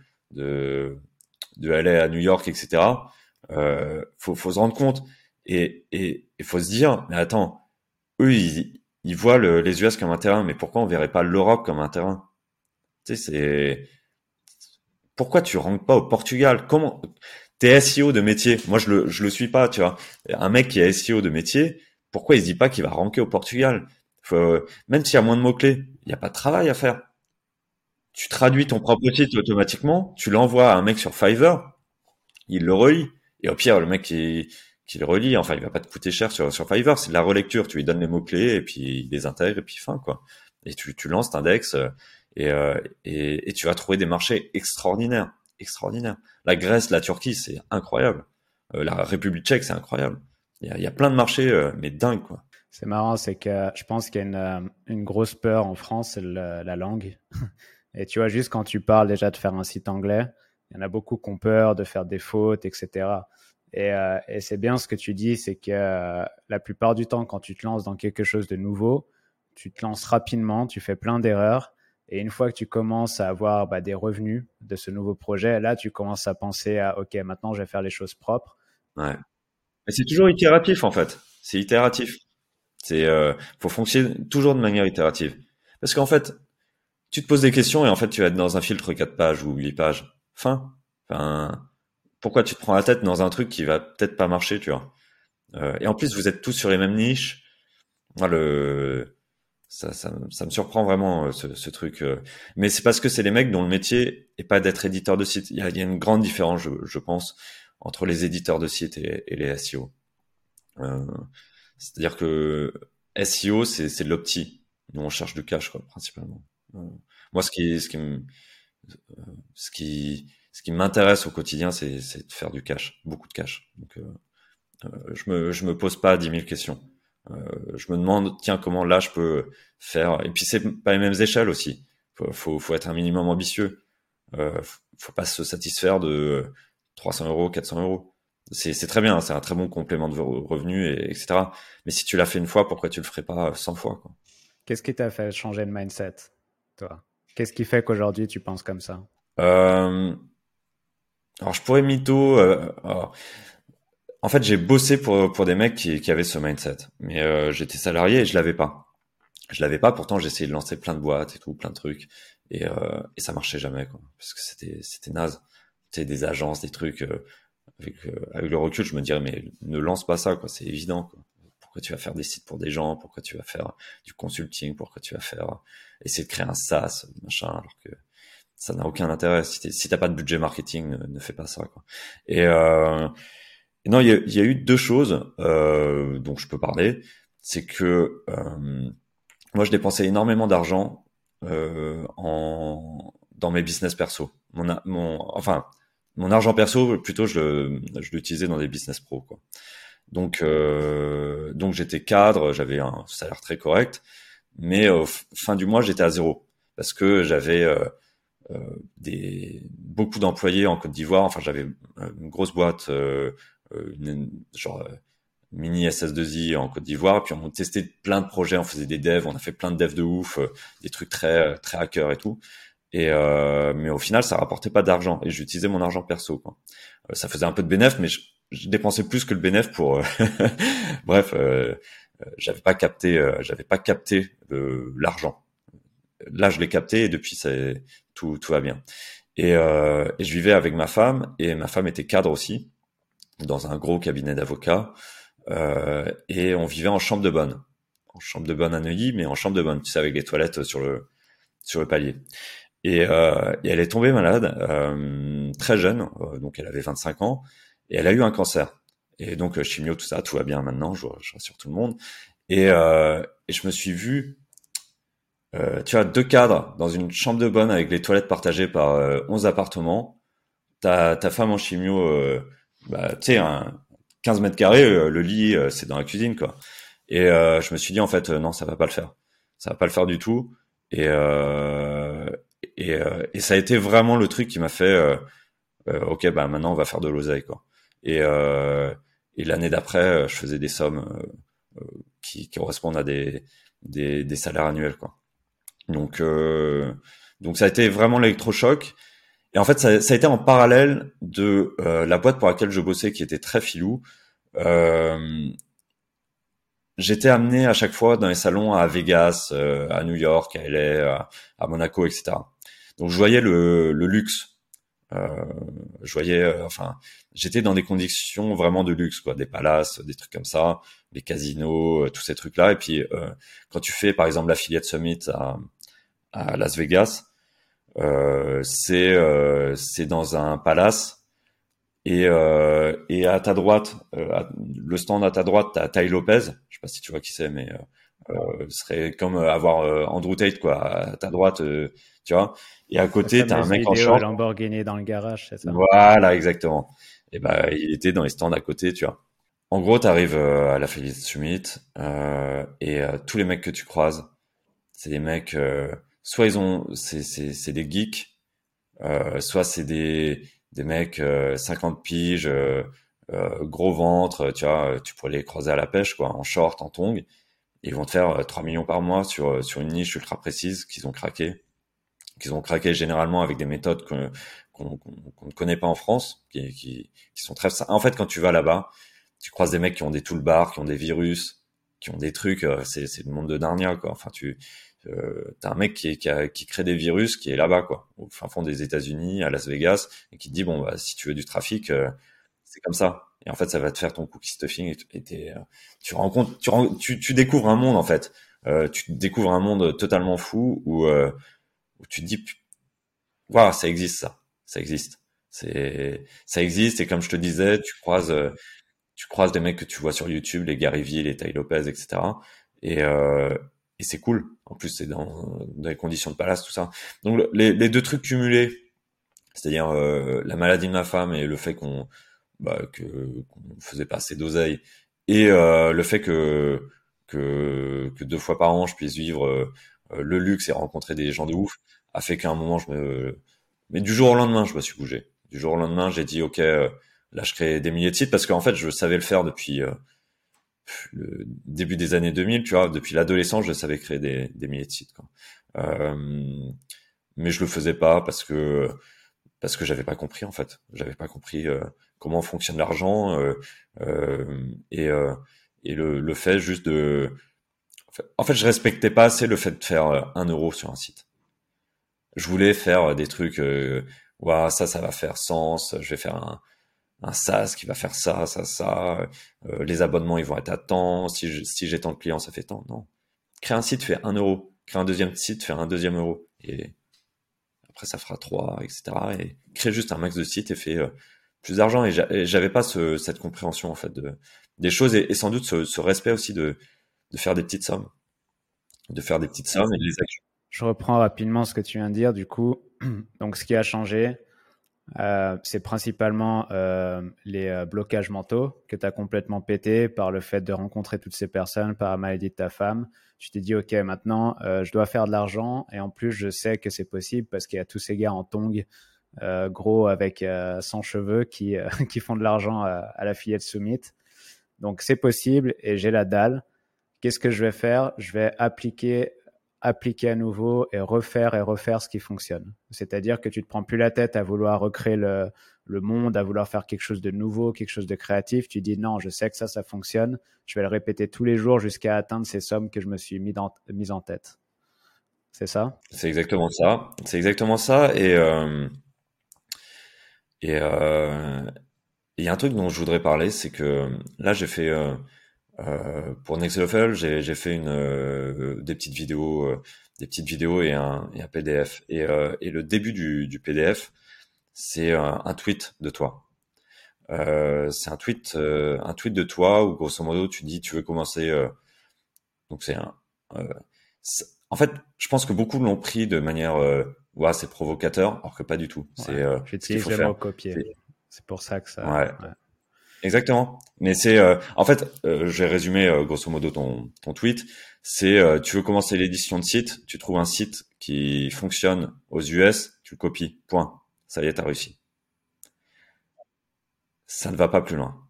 de de LA à New York, etc. Faut se rendre compte et faut se dire, mais attends, eux ils voient les US comme un terrain, mais pourquoi on verrait pas l'Europe comme un terrain? Tu sais, c'est pourquoi tu ranques pas au Portugal? Comment t'es SEO de métier? Moi, je le suis pas, tu vois. Un mec qui est SEO de métier, pourquoi il se dit pas qu'il va ranker au Portugal? Même s'il y a moins de mots-clés, il n'y a pas de travail à faire. Tu traduis ton propre site automatiquement, tu l'envoies à un mec sur Fiverr, il le relit. Et au pire, le mec qui le relit, enfin, il va pas te coûter cher sur Fiverr, c'est de la relecture. Tu lui donnes les mots-clés et puis il les intègre et puis fin, quoi. Et tu lances t'index et tu vas trouver des marchés extraordinaires, extraordinaires. La Grèce, la Turquie, c'est incroyable. La République tchèque, c'est incroyable. Il y a plein de marchés, mais dingue, quoi. C'est marrant, c'est que je pense qu'il y a une grosse peur en France, c'est la langue. Et tu vois, juste quand tu parles déjà de faire un site anglais, il y en a beaucoup qui ont peur de faire des fautes, etc. Et c'est bien ce que tu dis, c'est que la plupart du temps, quand tu te lances dans quelque chose de nouveau, tu te lances rapidement, tu fais plein d'erreurs. Et une fois que tu commences à avoir des revenus de ce nouveau projet, là, tu commences à penser à, OK, maintenant, je vais faire les choses propres. Ouais. Mais c'est toujours itératif, en fait. C'est itératif. Faut fonctionner toujours de manière itérative. Parce qu'en fait, tu te poses des questions et en fait, tu vas être dans un filtre 4 pages ou 8 pages. Fin. Enfin, pourquoi tu te prends la tête dans un truc qui va peut-être pas marcher, tu vois. Et en plus, vous êtes tous sur les mêmes niches. Moi, ça me surprend vraiment ce truc. Mais c'est parce que c'est les mecs dont le métier est pas d'être éditeur de site. Il y a une grande différence, je pense, entre les éditeurs de sites et les SEO. Euh, C'est-à-dire que SEO, c'est de l'opti. Nous, on cherche du cash, quoi, principalement. Euh, Moi, ce qui m'intéresse au quotidien, c'est de faire du cash, beaucoup de cash. Donc, je me pose pas 10 000 questions. Je me demande, tiens, comment là je peux faire. Et puis c'est pas les mêmes échelles aussi. Faut être un minimum ambitieux. Faut pas se satisfaire de 300 euros, 400 euros. C'est très bien, c'est un très bon complément de revenu, etc. Mais si tu l'as fait une fois, pourquoi tu le ferais pas 100 fois, quoi. Qu'est-ce qui t'a fait changer de mindset, toi? Qu'est-ce qui fait qu'aujourd'hui, tu penses comme ça? Euh, alors je pourrais mytho. Alors, en fait, j'ai bossé pour des mecs qui avaient ce mindset, mais j'étais salarié et je l'avais pas. Je l'avais pas, pourtant j'ai essayé de lancer plein de boîtes et tout, plein de trucs, et ça marchait jamais, quoi, parce que c'était naze. Tu sais, des agences, des trucs. Avec le recul, je me dirais, mais ne lance pas ça, quoi, c'est évident, quoi. Pourquoi tu vas faire des sites pour des gens? Pourquoi tu vas faire du consulting? Pourquoi tu vas essayer de créer un SaaS, machin, alors que ça n'a aucun intérêt. Si t'as pas de budget marketing, ne fais pas ça, quoi. Et non, il y a eu deux choses dont je peux parler. C'est que moi, je dépensais énormément d'argent dans mes business perso. Enfin, mon argent perso, plutôt, je l'utilisais dans des business pro, quoi. Donc j'étais cadre, j'avais un salaire très correct, mais fin du mois, j'étais à zéro parce que j'avais beaucoup d'employés en Côte d'Ivoire. Enfin, j'avais une grosse boîte, genre mini SS2I en Côte d'Ivoire. Puis on testait plein de projets, on faisait des devs, on a fait plein de devs de ouf, des trucs très très hackers et tout. Mais au final, ça rapportait pas d'argent et j'utilisais mon argent perso, quoi. Ça faisait un peu de bénéf, mais je dépensais plus que le bénéf pour. Bref, j'avais pas capté l'argent. Là, je l'ai capté et depuis, tout va bien. Et je vivais avec ma femme et ma femme était cadre aussi dans un gros cabinet d'avocats et on vivait en chambre de bonne. en chambre de bonne à Neuilly, mais en chambre de bonne, tu sais, avec les toilettes sur le palier. Et elle est tombée malade très jeune, donc elle avait 25 ans, et elle a eu un cancer. Et donc chimio, tout ça, tout va bien maintenant, je rassure tout le monde. Et je me suis vu, tu vois, 2 cadres dans une chambre de bonne avec les toilettes partagées par 11 appartements. Ta femme en chimio, bah, tu sais, 15 mètres carrés, le lit, c'est dans la cuisine, quoi. Et je me suis dit, en fait, non, ça va pas le faire. Ça va pas le faire du tout. Et, euh, et ça a été vraiment le truc qui m'a fait, ok, bah maintenant on va faire de l'oseille, quoi. Et, euh, et l'année d'après, je faisais des sommes qui correspondent à des salaires annuels, quoi. Donc, euh, donc ça a été vraiment l'électrochoc. Et en fait, ça a été en parallèle de la boîte pour laquelle je bossais, qui était très filou. Euh, J'étais amené à chaque fois dans les salons à Vegas, à New York, à LA, à Monaco, etc. Donc je voyais le luxe. Euh, je voyais, enfin, j'étais dans des conditions vraiment de luxe, quoi, des palaces, des trucs comme ça, les casinos, tous ces trucs-là. Et puis quand tu fais, par exemple, l'affiliate summit à Las Vegas, c'est dans un palace. Et à ta droite, le stand à ta droite, t'as Tai Lopez. Je sais pas si tu vois qui c'est, mais ce serait comme avoir Andrew Tate, quoi, à ta droite, tu vois. Et à La côté, t'as un fameuse mec en vidéo short. Lamborghini dans le garage, c'est ça? Voilà, exactement. Et ben, il était dans les stands à côté, tu vois. En gros, t'arrives à la Affiliate Summit et tous les mecs que tu croises, c'est des mecs, soit c'est des geeks, soit c'est des mecs 50 piges, gros ventre, tu vois, tu pourrais les croiser à la pêche, quoi, en short, en tongs. Ils vont te faire 3 millions par mois sur une niche ultra précise qu'ils ont craqué généralement avec des méthodes qu'on ne connaît pas en France, qui sont très... En fait, quand tu vas là-bas, tu croises des mecs qui ont des toolbars, qui ont des virus, qui ont des trucs, c'est le monde de Narnia, quoi. Enfin, t'as un mec qui crée des virus qui est là-bas, quoi, au fin fond des États-Unis, à Las Vegas, et qui te dit, bon, bah, si tu veux du trafic, c'est comme ça. Et en fait, ça va te faire ton cookie stuffing tu rencontres, tu découvres un monde, en fait. Tu découvres un monde totalement fou où tu te dis, waouh, ça existe, ça existe. Ça existe, et comme je te disais, tu croises des mecs que tu vois sur YouTube, les Gary Vee, les Tai Lopez, etc. Et, euh, et c'est cool. En plus, c'est dans les conditions de palace, tout ça. Donc, les deux trucs cumulés, c'est-à-dire la maladie de ma femme et le fait qu'on faisait pas assez d'oseille, et le fait que 2 fois par an, je puisse vivre le luxe et rencontrer des gens de ouf, a fait qu'à un moment, mais du jour au lendemain, je me suis bougé. Du jour au lendemain, j'ai dit, ok, là, je crée des milliers de sites parce qu'en fait, je savais le faire depuis le début des années 2000, tu vois, depuis l'adolescence, je savais créer des milliers de sites, quoi. Mais je le faisais pas parce que j'avais pas compris, en fait. J'avais pas compris comment fonctionne l'argent et le fait juste de... En fait, je respectais pas assez le fait de faire 1 euro sur un site. Je voulais faire des trucs, ouah, ça va faire sens, je vais faire un SaaS qui va faire ça, les abonnements, ils vont être à temps, si j'ai tant de clients, ça fait tant. Non. Crée un site, fait 1 euro. Crée un deuxième site, fait un deuxième euro. Et après, ça fera 3, etc. Et crée juste un max de sites et fait plus d'argent. Et j'avais pas cette compréhension, en fait, des choses, et sans doute ce respect aussi de faire des petites sommes. De faire des petites sommes et de les actions. Je reprends rapidement ce que tu viens de dire. Du coup, donc ce qui a changé, c'est principalement les blocages mentaux que tu as complètement pété par le fait de rencontrer toutes ces personnes, par la maladie de ta femme. Tu t'es dit, OK, maintenant, je dois faire de l'argent. Et en plus, je sais que c'est possible parce qu'il y a tous ces gars en tongs, gros, avec 100 cheveux, qui font de l'argent à la Fillette Summit. Donc, c'est possible et j'ai la dalle. Qu'est-ce que je vais faire? Je vais appliquer à nouveau et refaire ce qui fonctionne. C'est-à-dire que tu te prends plus la tête à vouloir recréer le monde, à vouloir faire quelque chose de nouveau, quelque chose de créatif. Tu dis non, je sais que ça fonctionne. Je vais le répéter tous les jours jusqu'à atteindre ces sommes que je me suis mis en tête. C'est ça? C'est exactement ça. C'est exactement ça. Et il y a un truc dont je voudrais parler, c'est que là, j'ai fait Pour Next Level, j'ai fait des petites vidéos et un PDF. Et le début du PDF, c'est un tweet de toi. C'est un tweet de toi où grosso modo tu dis tu veux commencer. Donc euh, en fait, je pense que beaucoup l'ont pris de manière, ouais, c'est provocateur, alors que pas du tout. Ouais, C'est ce qu'il j'utilise faut le faire. mot copier. C'est- C'est pour ça que ça. Ouais, Ouais. exactement. Mais c'est, en fait, je vais résumer grosso modo ton tweet. C'est, tu veux commencer l'édition de site, tu trouves un site qui fonctionne aux US, tu le copies. Point. Ça y est, t'as réussi. Ça ne va pas plus loin.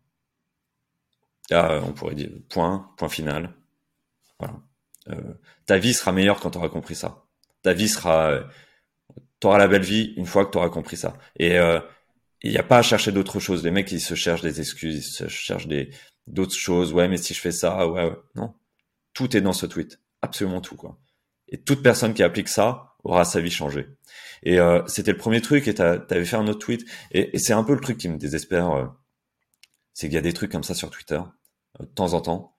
Là, on pourrait dire point final. Voilà. Euh, Ta vie sera meilleure quand tu auras compris ça. Ta vie sera, t'auras la belle vie une fois que tu auras compris ça. Et il n'y a pas à chercher d'autres choses. Les mecs, ils se cherchent des excuses, ils se cherchent d'autres choses. Ouais, mais si je fais ça, ouais, ouais. Non. Tout est dans ce tweet. Absolument tout, quoi. Et toute personne qui applique ça aura sa vie changée. Et c'était le premier truc. Et t'avais fait un autre tweet. Et c'est un peu le truc qui me désespère. C'est qu'il y a des trucs comme ça sur Twitter, de temps en temps.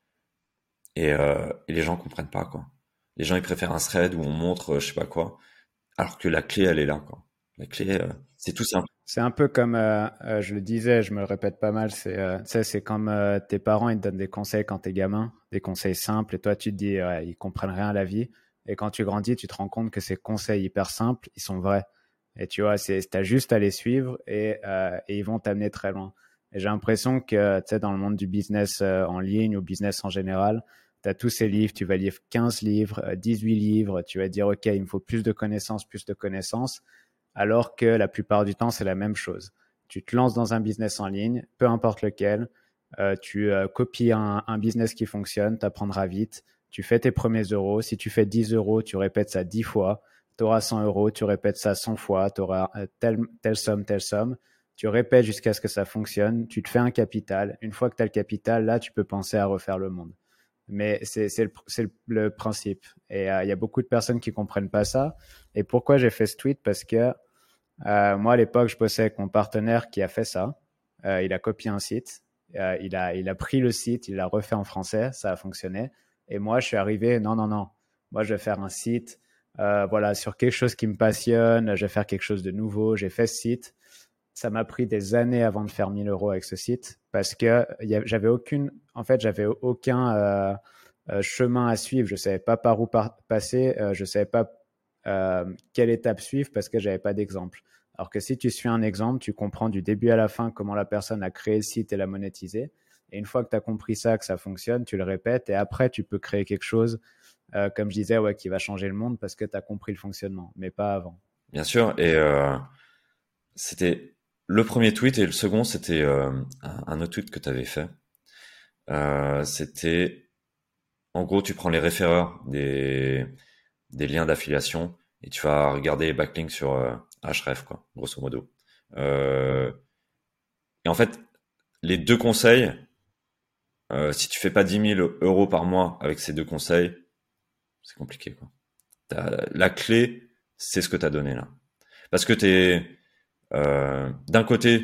Et les gens comprennent pas, quoi. Les gens, ils préfèrent un thread où on montre, je sais pas quoi. Alors que la clé, elle est là, quoi. La clé, c'est tout simple. C'est un peu comme, je le disais, je me le répète pas mal, tu sais, c'est comme tes parents, ils te donnent des conseils quand t'es gamin, des conseils simples, et toi, tu te dis, ouais, ils comprennent rien à la vie. Et quand tu grandis, tu te rends compte que ces conseils hyper simples, ils sont vrais. Et tu vois, t'as juste à les suivre et ils vont t'amener très loin. Et j'ai l'impression que, tu sais, dans le monde du business en ligne ou business en général, tu as tous ces livres, tu vas lire 15 livres, 18 livres, tu vas dire, OK, il me faut plus de connaissances alors que la plupart du temps, c'est la même chose. Tu te lances dans un business en ligne, peu importe lequel, tu copies un business qui fonctionne, tu apprendras vite, tu fais tes premiers euros. Si tu fais 10 euros, tu répètes ça 10 fois. Tu auras 100 euros, tu répètes ça 100 fois, tu auras telle somme, telle somme. Tu répètes jusqu'à ce que ça fonctionne, tu te fais un capital. Une fois que tu as le capital, là, tu peux penser à refaire le monde. Mais c'est le principe. Et il y a beaucoup de personnes qui comprennent pas ça. Et pourquoi j'ai fait ce tweet? Parce que moi, à l'époque, je bossais avec mon partenaire qui a fait ça. Il a copié un site. Il a pris le site, il l'a refait en français, ça a fonctionné. Et moi, je suis arrivé, non, non, non. Moi, je vais faire un site, voilà, sur quelque chose qui me passionne. Je vais faire quelque chose de nouveau. J'ai fait ce site. Ça m'a pris des années avant de faire 1000 euros avec ce site parce que j'avais aucun chemin à suivre. Je savais pas par où passer. Je savais pas quelle étape suivre parce que j'avais pas d'exemple. Alors que si tu suis un exemple, tu comprends du début à la fin comment la personne a créé le site et l'a monétisé. Et une fois que tu as compris ça, que ça fonctionne, tu le répètes et après, tu peux créer quelque chose, comme je disais, ouais, qui va changer le monde parce que tu as compris le fonctionnement, mais pas avant. Bien sûr. Et c'était le premier tweet et le second, c'était un autre tweet que tu avais fait. C'était, en gros, tu prends les référeurs des liens d'affiliation et tu vas regarder les backlinks sur Href, quoi, grosso modo. Euh, et en fait, les deux conseils, si tu fais pas 10 000 € par mois avec ces deux conseils, c'est compliqué, quoi. La clé, c'est ce que tu as donné là. Parce que d'un côté,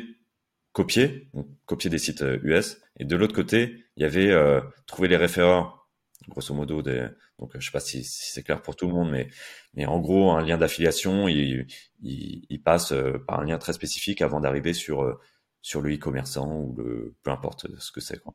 copier des sites US, et de l'autre côté, il y avait trouver les référents, grosso modo, donc je sais pas si c'est clair pour tout le monde, mais en gros, un lien d'affiliation, il passe par un lien très spécifique avant d'arriver sur le e-commerçant ou peu importe ce que c'est, quoi.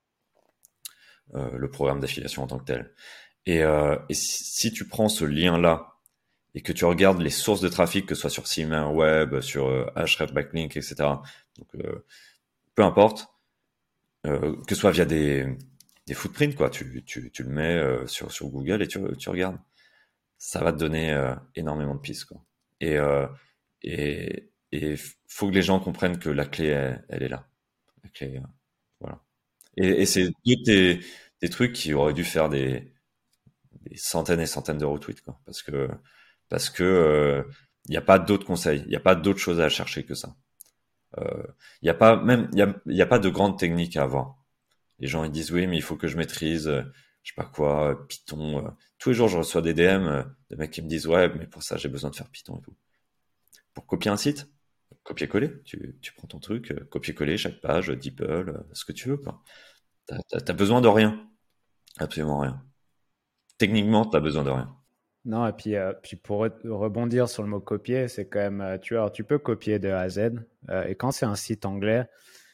Le programme d'affiliation en tant que tel. Et si tu prends ce lien-là et que tu regardes les sources de trafic, que ce soit sur SimilarWeb, sur Ahrefs Backlink, etc. Donc, peu importe, que ce soit via des footprints, quoi. Tu le mets sur Google et tu regardes. Ça va te donner énormément de pistes, quoi. Et, euh, et faut que les gens comprennent que la clé, elle est là. La clé, voilà. Et c'est des trucs qui auraient dû faire des centaines et centaines de retweets, quoi. Parce que il n'y a pas d'autres conseils, il n'y a pas d'autres choses à chercher que ça. Il y a pas même il y a pas de grandes techniques à avoir. Les gens ils disent oui mais il faut que je maîtrise je sais pas quoi Python. Tous les jours je reçois des DM de mecs qui me disent ouais mais pour ça j'ai besoin de faire Python et tout. Pour copier un site, copier-coller. Tu prends ton truc, copier-coller chaque page, DeepL, ce que tu veux quoi. T'as besoin de rien. Absolument rien. Techniquement, t'as besoin de rien. Non, et puis pour rebondir sur le mot copier, c'est quand même, tu peux copier de A à Z. Et quand c'est un site anglais,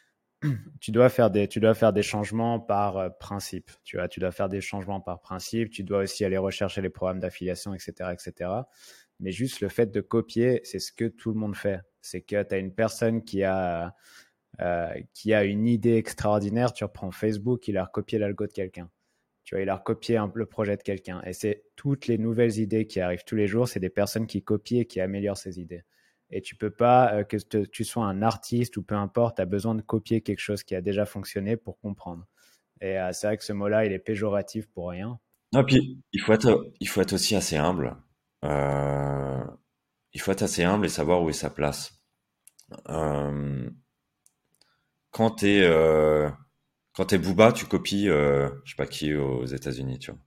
tu dois faire des changements par principe. Tu dois faire des changements par principe. Tu dois aussi aller rechercher les programmes d'affiliation, etc., etc. Mais juste le fait de copier, c'est ce que tout le monde fait. C'est que tu as une personne qui a une idée extraordinaire. Tu reprends Facebook, il a recopié l'algo de quelqu'un. Tu vois, il a recopié le projet de quelqu'un. Et c'est toutes les nouvelles idées qui arrivent tous les jours, c'est des personnes qui copient et qui améliorent ces idées. Et tu peux pas, tu sois un artiste ou peu importe, tu as besoin de copier quelque chose qui a déjà fonctionné pour comprendre. Et c'est vrai que ce mot-là, il est péjoratif pour rien. Non, puis il faut être aussi assez humble. Euh, il faut être assez humble et savoir où est sa place. Euh, quand t'es quand t'es Booba, tu copies, je sais pas qui aux États-Unis, tu vois.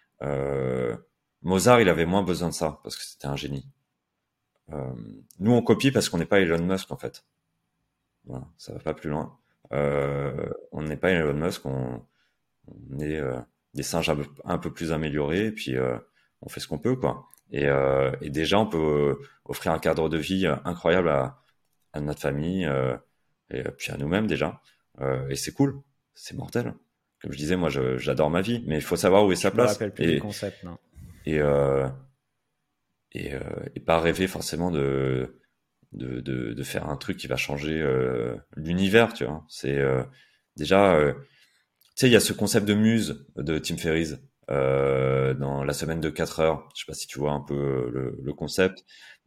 Mozart, il avait moins besoin de ça parce que c'était un génie. Euh, Nous, on copie parce qu'on n'est pas Elon Musk en fait. Voilà, ça va pas plus loin. On n'est pas Elon Musk, on est des singes un peu plus améliorés, et puis on fait ce qu'on peut, quoi. Et déjà, on peut offrir un cadre de vie incroyable à notre famille et puis à nous-mêmes déjà. Et c'est cool, c'est mortel. Comme je disais, moi, j'adore ma vie, mais il faut savoir où est sa Je me place rappelle plus du concept, non. et, euh, et pas rêver forcément de faire un truc qui va changer l'univers, tu vois. C'est déjà tu sais, il y a ce concept de muse de Tim Ferriss dans la semaine de 4 heures. Je sais pas si tu vois un peu le concept.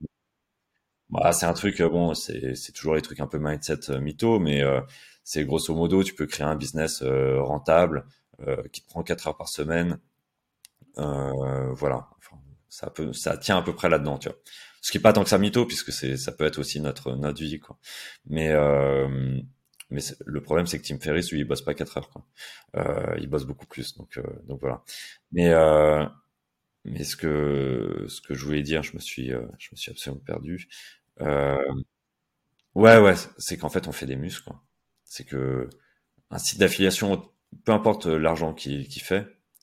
Bah, c'est un truc, bon, c'est toujours les trucs un peu mindset mytho, mais c'est grosso modo, tu peux créer un business rentable qui te prend 4 heures par semaine. Voilà. Enfin, ça tient à peu près là-dedans, tu vois. Ce qui est pas tant que ça mytho, puisque ça peut être aussi notre vie, quoi. Mais le problème, c'est que Tim Ferriss, lui, il bosse pas 4 heures, quoi. Il bosse beaucoup plus, donc voilà. Mais ce que je voulais dire, je me suis absolument perdu. Euh, ouais, c'est qu'en fait, on fait des muscles, quoi. C'est que un site d'affiliation, peu importe l'argent qu'il fait,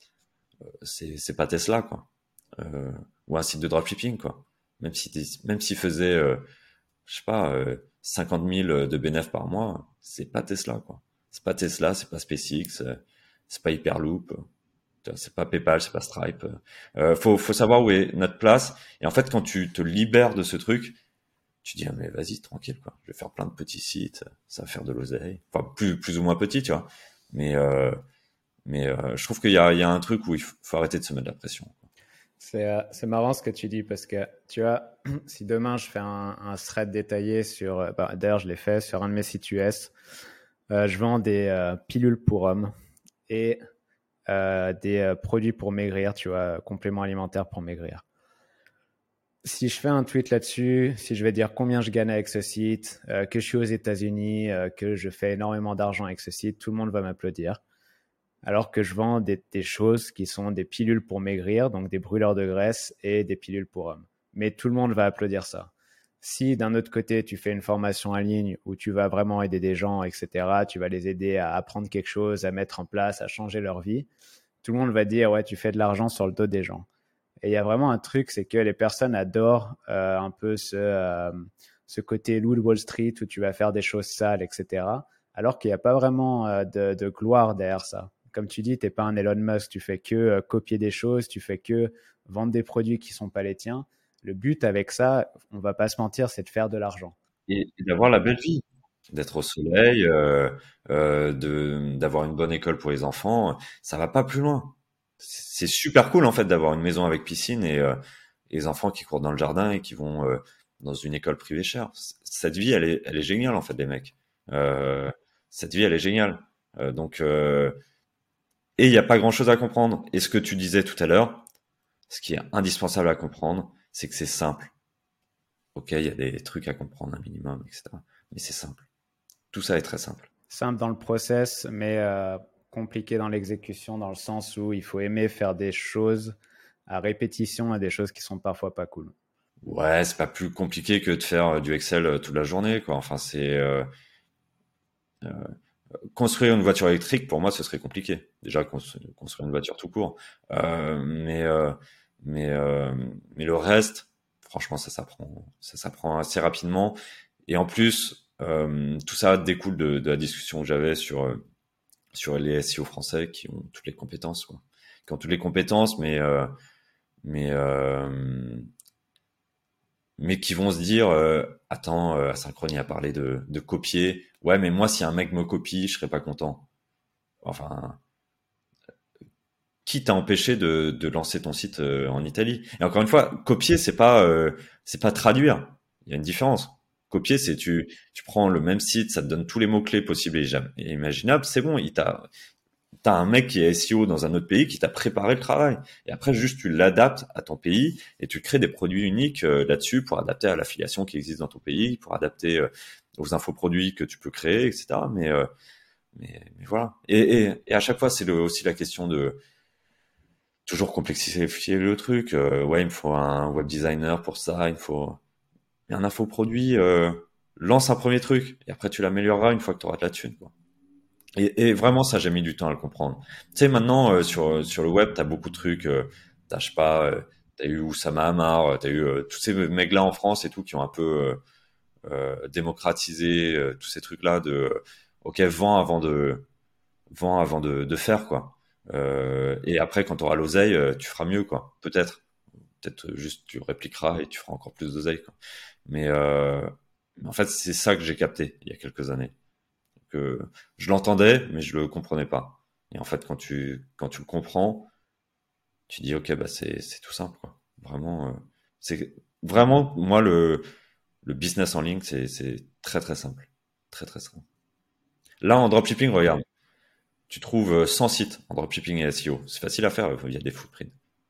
c'est pas Tesla, quoi. Ou un site de dropshipping, quoi. Même s'il faisait, je sais pas, 50 000 de bénéfices par mois, c'est pas Tesla, quoi. C'est pas Tesla, c'est pas SpaceX, c'est pas Hyperloop, c'est pas PayPal, c'est pas Stripe. Faut savoir où est notre place. Et en fait, quand tu te libères de ce truc, tu dis, ah, mais vas-y, tranquille, quoi. Je vais faire plein de petits sites, ça va faire de l'oseille. Enfin, plus ou moins petit, tu vois. Mais, euh, mais je trouve il y a un truc où faut arrêter de se mettre de la pression. C'est marrant ce que tu dis parce que tu vois, si demain je fais un thread détaillé sur, d'ailleurs je l'ai fait sur un de mes sites US, je vends des pilules pour hommes et des produits pour maigrir, tu vois, compléments alimentaires pour maigrir. Si je fais un tweet là-dessus, si je vais dire combien je gagne avec ce site, que je suis aux États-Unis, que je fais énormément d'argent avec ce site, tout le monde va m'applaudir. Alors que je vends des choses qui sont des pilules pour maigrir, donc des brûleurs de graisse et des pilules pour hommes. Mais tout le monde va applaudir ça. Si d'un autre côté, tu fais une formation en ligne où tu vas vraiment aider des gens, etc., tu vas les aider à apprendre quelque chose, à mettre en place, à changer leur vie, tout le monde va dire, ouais, tu fais de l'argent sur le dos des gens. Et il y a vraiment un truc, c'est que les personnes adorent un peu ce côté loup de Wall Street où tu vas faire des choses sales, etc. Alors qu'il n'y a pas vraiment de gloire derrière ça. Comme tu dis, tu n'es pas un Elon Musk, tu fais que copier des choses, tu fais que vendre des produits qui ne sont pas les tiens. Le but avec ça, on va pas se mentir, c'est de faire de l'argent. Et d'avoir la belle vie, d'être au soleil, d'avoir une bonne école pour les enfants, ça va pas plus loin. C'est super cool en fait d'avoir une maison avec piscine et les enfants qui courent dans le jardin et qui vont dans une école privée chère. Cette vie, elle est géniale en fait, les mecs. Euh, cette vie, elle est géniale. Donc, et il n'y a pas grand-chose à comprendre. Et ce que tu disais tout à l'heure, ce qui est indispensable à comprendre, c'est que c'est simple. Ok, il y a des trucs à comprendre un minimum, etc. Mais c'est simple. Tout ça est très simple. Simple dans le process, mais compliqué dans l'exécution, dans le sens où il faut aimer faire des choses à répétition et des choses qui sont parfois pas cool. Ouais, c'est pas plus compliqué que de faire du Excel toute la journée, quoi. Enfin, c'est Construire une voiture électrique, pour moi, ce serait compliqué. Déjà, construire une voiture tout court. Euh, mais, euh, mais, euh, mais le reste, franchement, ça s'apprend assez rapidement. Et en plus, tout ça découle de la discussion que j'avais sur les SEO français qui ont toutes les compétences, quoi. Qui ont toutes les compétences, mais, euh, mais qui vont se dire, attends, Asynchrony a parlé de copier. Ouais, mais moi, si un mec me copie, je serais pas content. Enfin, qui t'a empêché de lancer ton site en Italie? Et encore une fois, copier, c'est pas traduire. Il y a une différence. Copier, c'est tu prends le même site, ça te donne tous les mots-clés possibles et imaginables, c'est bon, t'as un mec qui est SEO dans un autre pays qui t'a préparé le travail. Et après, juste, tu l'adaptes à ton pays et tu crées des produits uniques là-dessus pour adapter à l'affiliation qui existe dans ton pays, pour adapter aux infoproduits que tu peux créer, etc. Mais voilà. Et à chaque fois, c'est aussi la question de toujours complexifier le truc. Ouais, il me faut un web designer pour ça, il me faut un infoproduit. Lance un premier truc et après, tu l'amélioreras une fois que tu auras de la thune, quoi. Et vraiment, ça, j'ai mis du temps à le comprendre. Tu sais, maintenant, sur le web, t'as beaucoup de trucs. T'as, je sais pas, t'as eu Oussama Hamar, t'as eu tous ces mecs-là en France et tout qui ont un peu démocratisé tous ces trucs-là de, ok, vends avant de faire, quoi. Et après, quand tu auras l'oseille, tu feras mieux, quoi. Peut-être juste tu répliqueras et tu feras encore plus d'oseille, quoi. Mais en fait, c'est ça que j'ai capté il y a quelques années que je l'entendais, mais je le comprenais pas. Et en fait, quand tu le comprends, tu dis, ok, bah c'est tout simple, quoi. Vraiment, c'est vraiment moi le business en ligne, c'est très très simple, très très simple. Là, en dropshipping, regarde, tu trouves 100 sites en dropshipping et SEO. C'est facile à faire, il y a des footprints.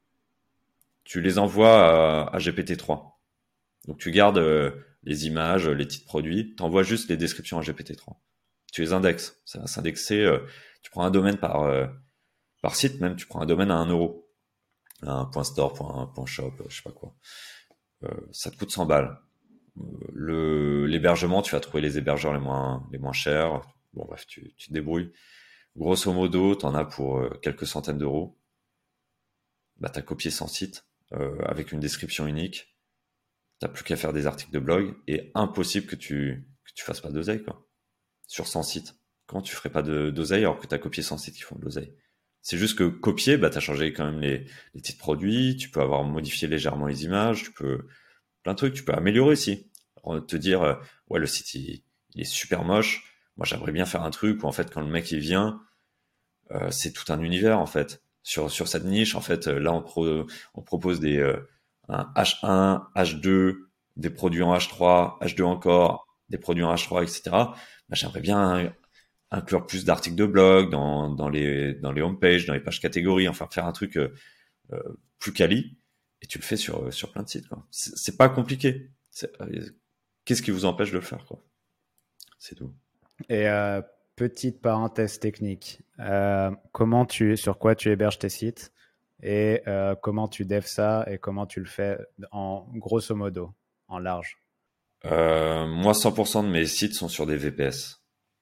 Tu les envoies à GPT-3. Donc tu gardes les images, les titres produits, t'envoies juste les descriptions à GPT-3. Tu les indexes. Ça va s'indexer. Tu prends un domaine par site, même tu prends un domaine à 1 euro. Un point store, point shop, je sais pas quoi. Ça te coûte 100 balles. L'hébergement, tu vas trouver les hébergeurs les moins chers. Bon, bref, tu te débrouilles. Grosso modo, t'en as pour quelques centaines d'euros. Bah, t'as copié 100 sites avec une description unique. T'as plus qu'à faire des articles de blog et impossible que tu fasses pas d'oseille, quoi. Sur 100 sites. Comment tu ferais pas d'oseille alors que t'as copié 100 sites qui font de l'oseille? C'est juste que copier, bah, t'as changé quand même les titres produits, tu peux avoir modifié légèrement les images, tu peux, plein de trucs, tu peux améliorer aussi. Te dire, ouais, le site, il est super moche. Moi, j'aimerais bien faire un truc où, en fait, quand le mec, il vient, c'est tout un univers, en fait. Sur cette niche, en fait, là, on propose un H1, H2, des produits en H3, H2 encore, des produits en H3, etc. Bah, j'aimerais bien inclure plus d'articles de blog dans les homepages, dans les pages catégories, enfin faire un truc euh, plus quali. Et tu le fais sur plein de sites, quoi. C'est pas compliqué. Qu'est-ce qui vous empêche de le faire, quoi? C'est tout. Et petite parenthèse technique, sur quoi tu héberges tes sites et comment tu devs ça et comment tu le fais en grosso modo, en large. Moi, 100% de mes sites sont sur des VPS.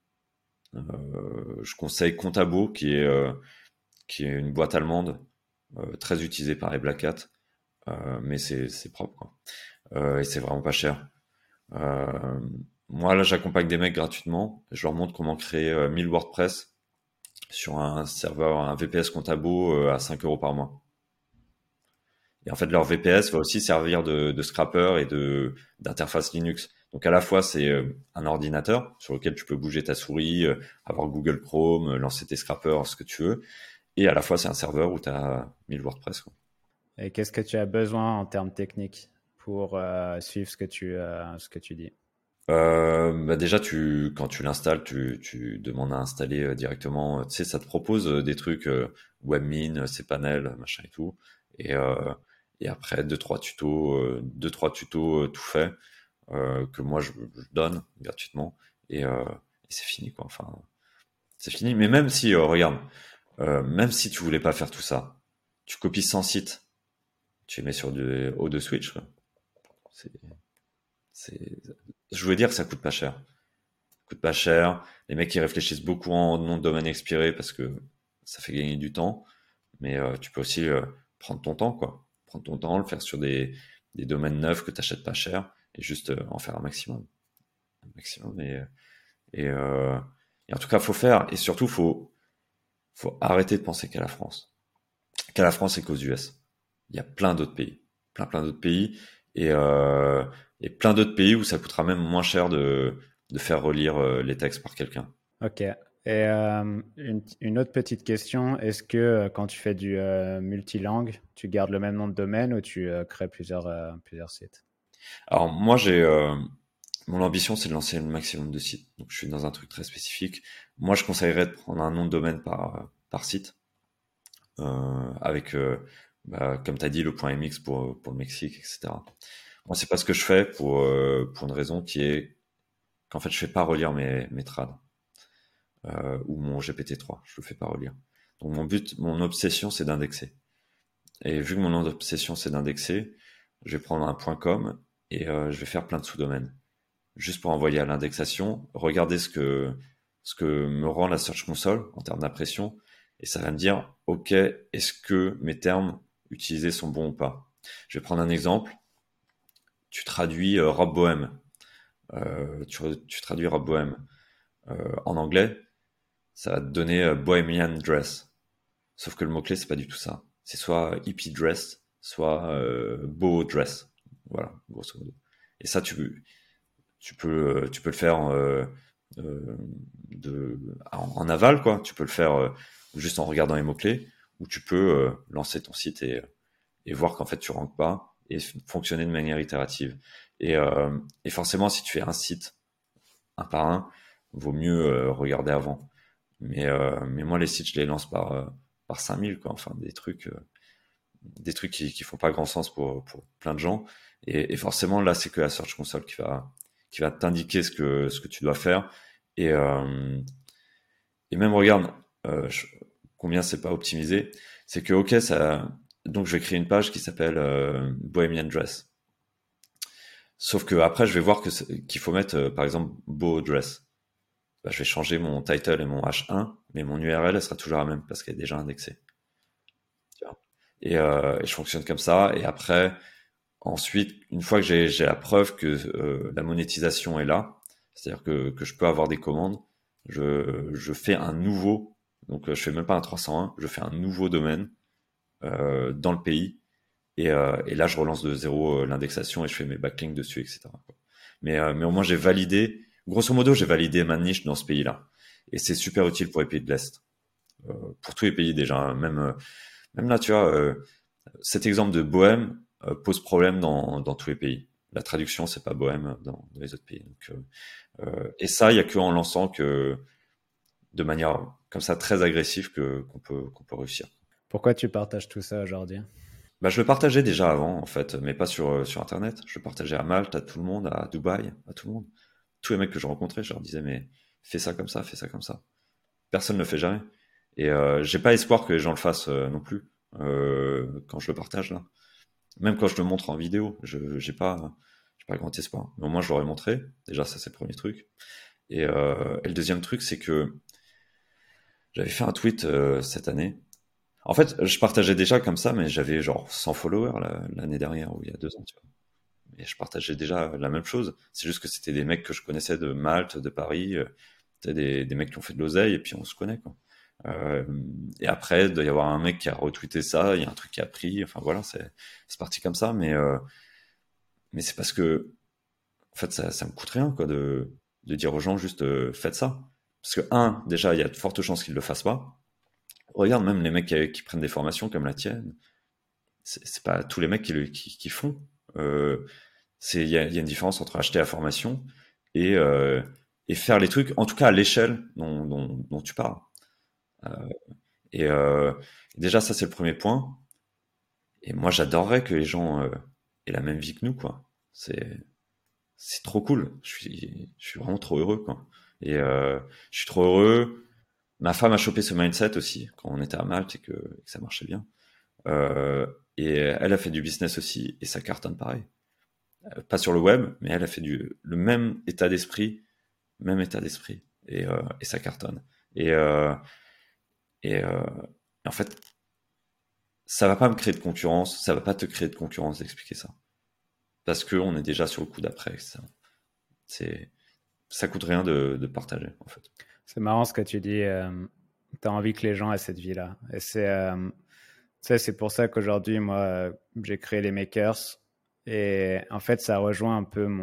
Je conseille Contabo, qui est une boîte allemande très utilisée par les Black Hat, mais c'est propre, quoi. Et c'est vraiment pas cher. Euh, Moi, là, j'accompagne des mecs gratuitement. Je leur montre comment créer 1000 WordPress sur un serveur, un VPS Contabo à 5 euros par mois. Et en fait, leur VPS va aussi servir de scrapper et d'interface Linux. Donc à la fois, c'est un ordinateur sur lequel tu peux bouger ta souris, avoir Google Chrome, lancer tes scrappers, ce que tu veux. Et à la fois, c'est un serveur où tu as 1000 WordPress, quoi. Et qu'est-ce que tu as besoin en termes techniques pour suivre ce que tu dis? Bah déjà, quand tu l'installes, tu demandes à installer directement. Tu sais, ça te propose des trucs Webmin, cPanel, machin et tout. Et, euh, et après, deux, trois tutos tout faits que moi je donne gratuitement. Et c'est fini, quoi. Enfin, c'est fini. Mais même si, regarde, même si tu voulais pas faire tout ça, tu copies 100 sites, tu les mets sur du O2 Switch, quoi. C'est, je veux dire que ça coûte pas cher. coûte pas cher. Les mecs, ils réfléchissent beaucoup en nom de domaine expiré parce que ça fait gagner du temps. Mais tu peux aussi prendre ton temps, quoi. Prendre ton temps, le faire sur des domaines neufs que tu achètes pas cher et juste en faire un maximum. Un maximum. Et, euh, et en tout cas, faut faire. Et surtout, faut arrêter de penser qu'à la France. Qu'à la France et qu'aux US. Il y a plein d'autres pays. Plein d'autres pays. Et plein d'autres pays où ça coûtera même moins cher de faire relire les textes par quelqu'un. Ok. Et une autre petite question, est-ce que quand tu fais du multilangue, tu gardes le même nom de domaine ou tu crées plusieurs sites? Alors moi, mon ambition, c'est de lancer le maximum de sites. Donc je suis dans un truc très spécifique. Moi, je conseillerais de prendre un nom de domaine par site, avec, comme tu as dit, le .mx pour le Mexique, etc. Moi, c'est pas ce que je fais pour une raison qui est qu'en fait, je fais pas relire mes trades. Ou mon GPT-3, je le fais pas relire. Donc mon obsession, c'est d'indexer. Et vu que mon obsession, c'est d'indexer, je vais prendre un .com et je vais faire plein de sous-domaines. Juste pour envoyer à l'indexation, regarder ce que me rend la Search Console en termes d'impression, et ça va me dire, OK, est-ce que mes termes utilisés sont bons ou pas? Je vais prendre un exemple. Tu traduis robe bohème. Tu traduis robe bohème en anglais, ça va te donner Bohemian Dress. Sauf que le mot-clé, c'est pas du tout ça. C'est soit hippie dress, soit beau dress. Voilà, grosso modo. Et ça, tu peux le faire en aval, quoi. Tu peux le faire juste en regardant les mots-clés, ou tu peux lancer ton site et voir qu'en fait, tu ranques pas et fonctionner de manière itérative. Et forcément, si tu fais un site un par un, vaut mieux regarder avant. Mais moi, les sites, je les lance par 5000, quoi. Enfin, des trucs qui font pas grand sens pour plein de gens. Et forcément, là, c'est que la Search Console qui va t'indiquer ce que tu dois faire. Et, euh, et même, regarde, combien c'est pas optimisé. C'est que, ok, donc je vais créer une page qui s'appelle Bohemian Dress. Sauf que après, je vais voir qu'il faut mettre, par exemple, Beau Dress. Bah, je vais changer mon title et mon H1, mais mon URL, elle sera toujours la même parce qu'elle est déjà indexée. Tu vois. Et je fonctionne comme ça. Et après, ensuite, une fois que j'ai la preuve que la monétisation est là, c'est-à-dire que je peux avoir des commandes, je fais un nouveau, donc je fais même pas un 301, je fais un nouveau domaine dans le pays. Et là, je relance de zéro l'indexation et je fais mes backlinks dessus, etc. Mais au moins, grosso modo, j'ai validé ma niche dans ce pays-là. Et c'est super utile pour les pays de l'Est. Pour tous les pays déjà, hein. Même là, tu vois, cet exemple de Bohème pose problème dans tous les pays. La traduction, c'est pas Bohème dans les autres pays. Donc, et ça, il y a que en lançant que de manière comme ça très agressive qu'on peut réussir. Pourquoi tu partages tout ça aujourd'hui? Bah, je le partageais déjà avant, en fait, mais pas sur Internet. Je le partageais à Malte, à tout le monde, à Dubaï, à tout le monde. Tous les mecs que je rencontrais, je leur disais, mais fais ça comme ça, fais ça comme ça. Personne ne le fait jamais. Et j'ai pas espoir que les gens le fassent non plus quand je le partage là. Même quand je le montre en vidéo, j'ai pas grand espoir. Mais au moins, je l'aurais montré. Déjà, ça, c'est le premier truc. Et le deuxième truc, c'est que j'avais fait un tweet cette année. En fait, je partageais déjà comme ça, mais j'avais genre 100 followers l'année dernière ou il y a 2 ans, tu vois. Et je partageais déjà la même chose. C'est juste que c'était des mecs que je connaissais de Malte, de Paris, des mecs qui ont fait de l'oseille, et puis on se connaît, quoi. Euh, et après, il doit y avoir un mec qui a retweeté ça, il y a un truc qui a pris, enfin voilà, c'est parti comme ça, mais c'est parce que, en fait, ça me coûte rien, quoi, de dire aux gens juste faites ça. Parce que, déjà, il y a de fortes chances qu'ils le fassent pas. Regarde, même les mecs qui prennent des formations comme la tienne, c'est pas tous les mecs qui font. Il y a une différence entre acheter la formation et, euh, et faire les trucs, en tout cas à l'échelle dont tu parles. Euh, et déjà, ça, c'est le premier point. Et moi, j'adorerais que les gens aient la même vie que nous, quoi. C'est trop cool. Je suis vraiment trop heureux, quoi. Et je suis trop heureux. Ma femme a chopé ce mindset aussi quand on était à Malte et que ça marchait bien. Et elle a fait du business aussi et ça cartonne pareil. Pas sur le web, mais elle a fait le même état d'esprit même état d'esprit, et ça cartonne. Et, euh, et en fait, ça va pas me créer de concurrence, ça va pas te créer de concurrence d'expliquer ça, parce que on est déjà sur le coup d'après. Ça coûte rien de partager, en fait. C'est marrant ce que tu dis. Tu as envie que les gens aient cette vie-là. Et c'est pour ça qu'aujourd'hui, moi, j'ai créé les Makers. Et en fait, ça rejoint un peu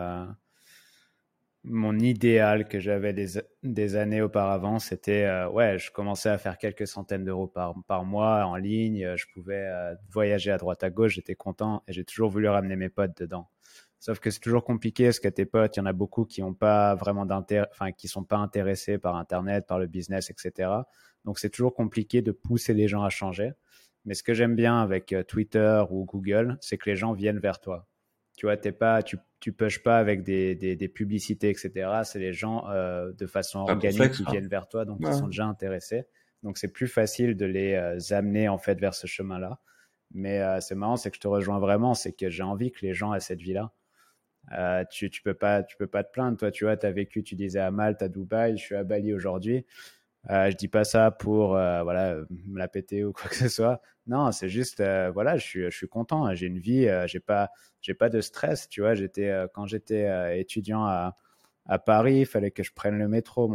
mon idéal que j'avais des années auparavant. C'était, ouais, je commençais à faire quelques centaines d'euros par mois en ligne. Je pouvais voyager à droite à gauche. J'étais content et j'ai toujours voulu ramener mes potes dedans. Sauf que c'est toujours compliqué parce que tes potes, il y en a beaucoup qui ont pas vraiment d'intérêt, enfin, qui sont pas intéressés par Internet, par le business, etc. Donc, c'est toujours compliqué de pousser les gens à changer. Mais ce que j'aime bien avec Twitter ou Google, c'est que les gens viennent vers toi. Tu vois, tu pushes pas avec des publicités, etc. C'est les gens de façon Pas organique complexe, qui quoi. viennent vers toi, donc ils Ouais. sont déjà intéressés. Donc, c'est plus facile de les amener en fait vers ce chemin-là. Mais c'est marrant, c'est que je te rejoins vraiment, c'est que j'ai envie que les gens aient cette vie-là. Tu peux pas te plaindre. Toi, tu vois, tu as vécu, tu disais à Malte, à Dubaï, je suis à Bali aujourd'hui. Je dis pas ça pour voilà me la péter ou quoi que ce soit. Non, c'est juste voilà, je suis content. J'ai une vie, j'ai pas de stress. Tu vois, quand j'étais étudiant à Paris, il fallait que je prenne le métro.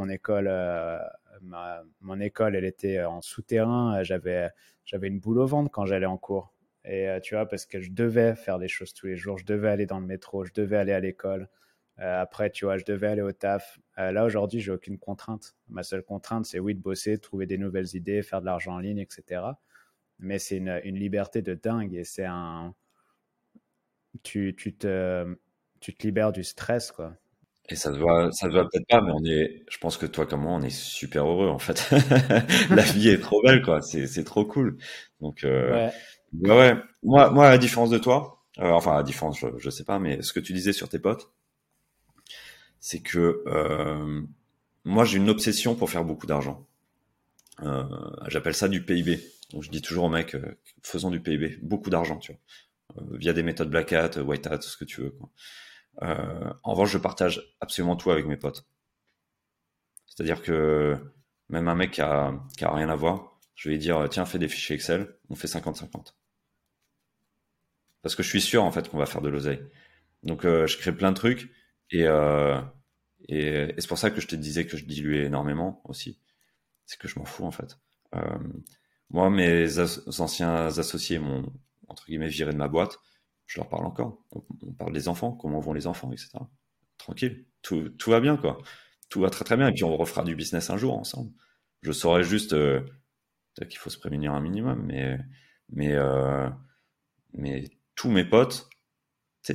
Mon école, elle était en souterrain. J'avais une boule au ventre quand j'allais en cours. Et tu vois, parce que je devais faire des choses tous les jours. Je devais aller dans le métro. Je devais aller à l'école. Après, tu vois, je devais aller au taf. Là, aujourd'hui, j'ai aucune contrainte. Ma seule contrainte, c'est oui, de bosser, de trouver des nouvelles idées, faire de l'argent en ligne, etc. Mais c'est une liberté de dingue et c'est un. Tu, tu, te, tu te libères du stress, quoi. Et ça se voit peut-être pas, mais je pense que toi comme moi, on est super heureux, en fait. La vie est trop belle, quoi. C'est trop cool. Donc, Ouais, ouais. Moi, à la différence de toi, enfin, à la différence, je sais pas, mais ce que tu disais sur tes potes, c'est que, moi, j'ai une obsession pour faire beaucoup d'argent. Euh, J'appelle ça du PIB. Donc, je dis toujours aux mecs, faisons du PIB, beaucoup d'argent, tu vois, via des méthodes Black Hat, White Hat, ce que tu veux, quoi. En revanche, je partage absolument tout avec mes potes. C'est-à-dire que même un mec qui a rien à voir, je vais lui dire, tiens, fais des fichiers Excel, on fait 50-50. Parce que je suis sûr, en fait, qu'on va faire de l'oseille. Donc, je crée plein de trucs, et, euh, et c'est pour ça que je te disais que je diluais énormément aussi. C'est que je m'en fous, en fait. Euh, Moi, anciens associés m'ont, entre guillemets, viré de ma boîte. Je leur parle encore. On parle des enfants, comment vont les enfants, etc. Tranquille. Tout va bien, quoi. Tout va très très bien. Et puis on refera du business un jour ensemble. Je saurais juste peut-être qu'il faut se prémunir un minimum, mais, euh, mais tous mes potes, c'est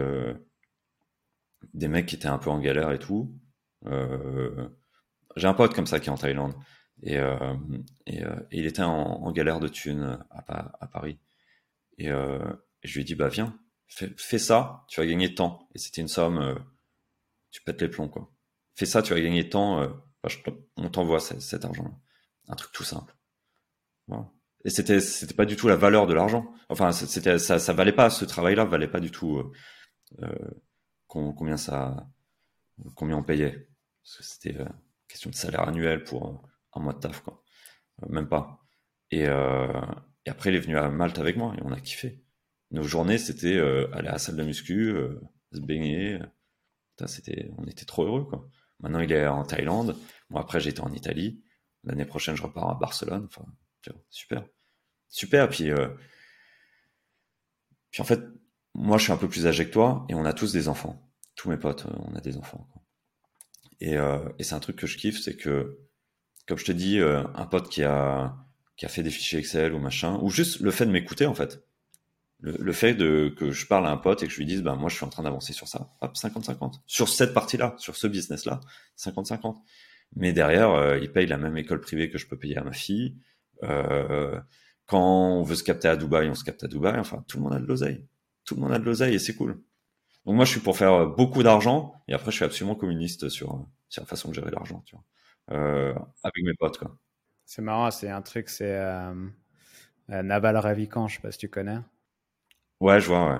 des mecs qui étaient un peu en galère et tout. Euh, j'ai un pote comme ça qui est en Thaïlande. Et, euh, et il était en galère de thunes à Paris. Et, euh, et je lui ai dit, bah viens, fais ça, tu vas gagner de temps. Et c'était une somme, tu pètes les plombs, quoi. Fais ça, tu vas gagner de temps, bah, on t'envoie cet argent-là. Un truc tout simple. Voilà. Et c'était pas du tout la valeur de l'argent. Enfin, ça valait pas, ce travail-là valait pas du tout euh, combien combien on payait. Parce que c'était question de salaire annuel pour un mois de taf, quoi. Même pas. Et, euh, et après, il est venu à Malte avec moi et on a kiffé. Nos journées, c'était aller à la salle de muscu, se baigner. Putain, on était trop heureux, quoi. Maintenant, il est en Thaïlande. Moi, après, j'étais en Italie. L'année prochaine, je repars à Barcelone. Enfin, tu vois, super. Super. Puis en fait, moi, je suis un peu plus âgé que toi et on a tous des enfants. Tous mes potes, on a des enfants, quoi. Et c'est un truc que je kiffe, c'est que, comme je te dis, un pote qui a fait des fichiers Excel ou machin, ou juste le fait de m'écouter, en fait. Le fait que je parle à un pote et que je lui dise, bah, moi, je suis en train d'avancer sur ça. Hop, 50-50. Sur cette partie-là, sur ce business-là, 50-50. Mais derrière, il paye la même école privée que je peux payer à ma fille. Euh, Quand on veut se capter à Dubaï, on se capte à Dubaï. Enfin, tout le monde a de l'oseille. Tout le monde a de l'oseille et c'est cool. Donc moi, je suis pour faire beaucoup d'argent et après, je suis absolument communiste sur la façon de gérer l'argent, tu vois. Avec mes potes, quoi. c'est marrant, c'est un truc, c'est Naval Ravikant, je sais pas si tu connais. Ouais, je vois, ouais.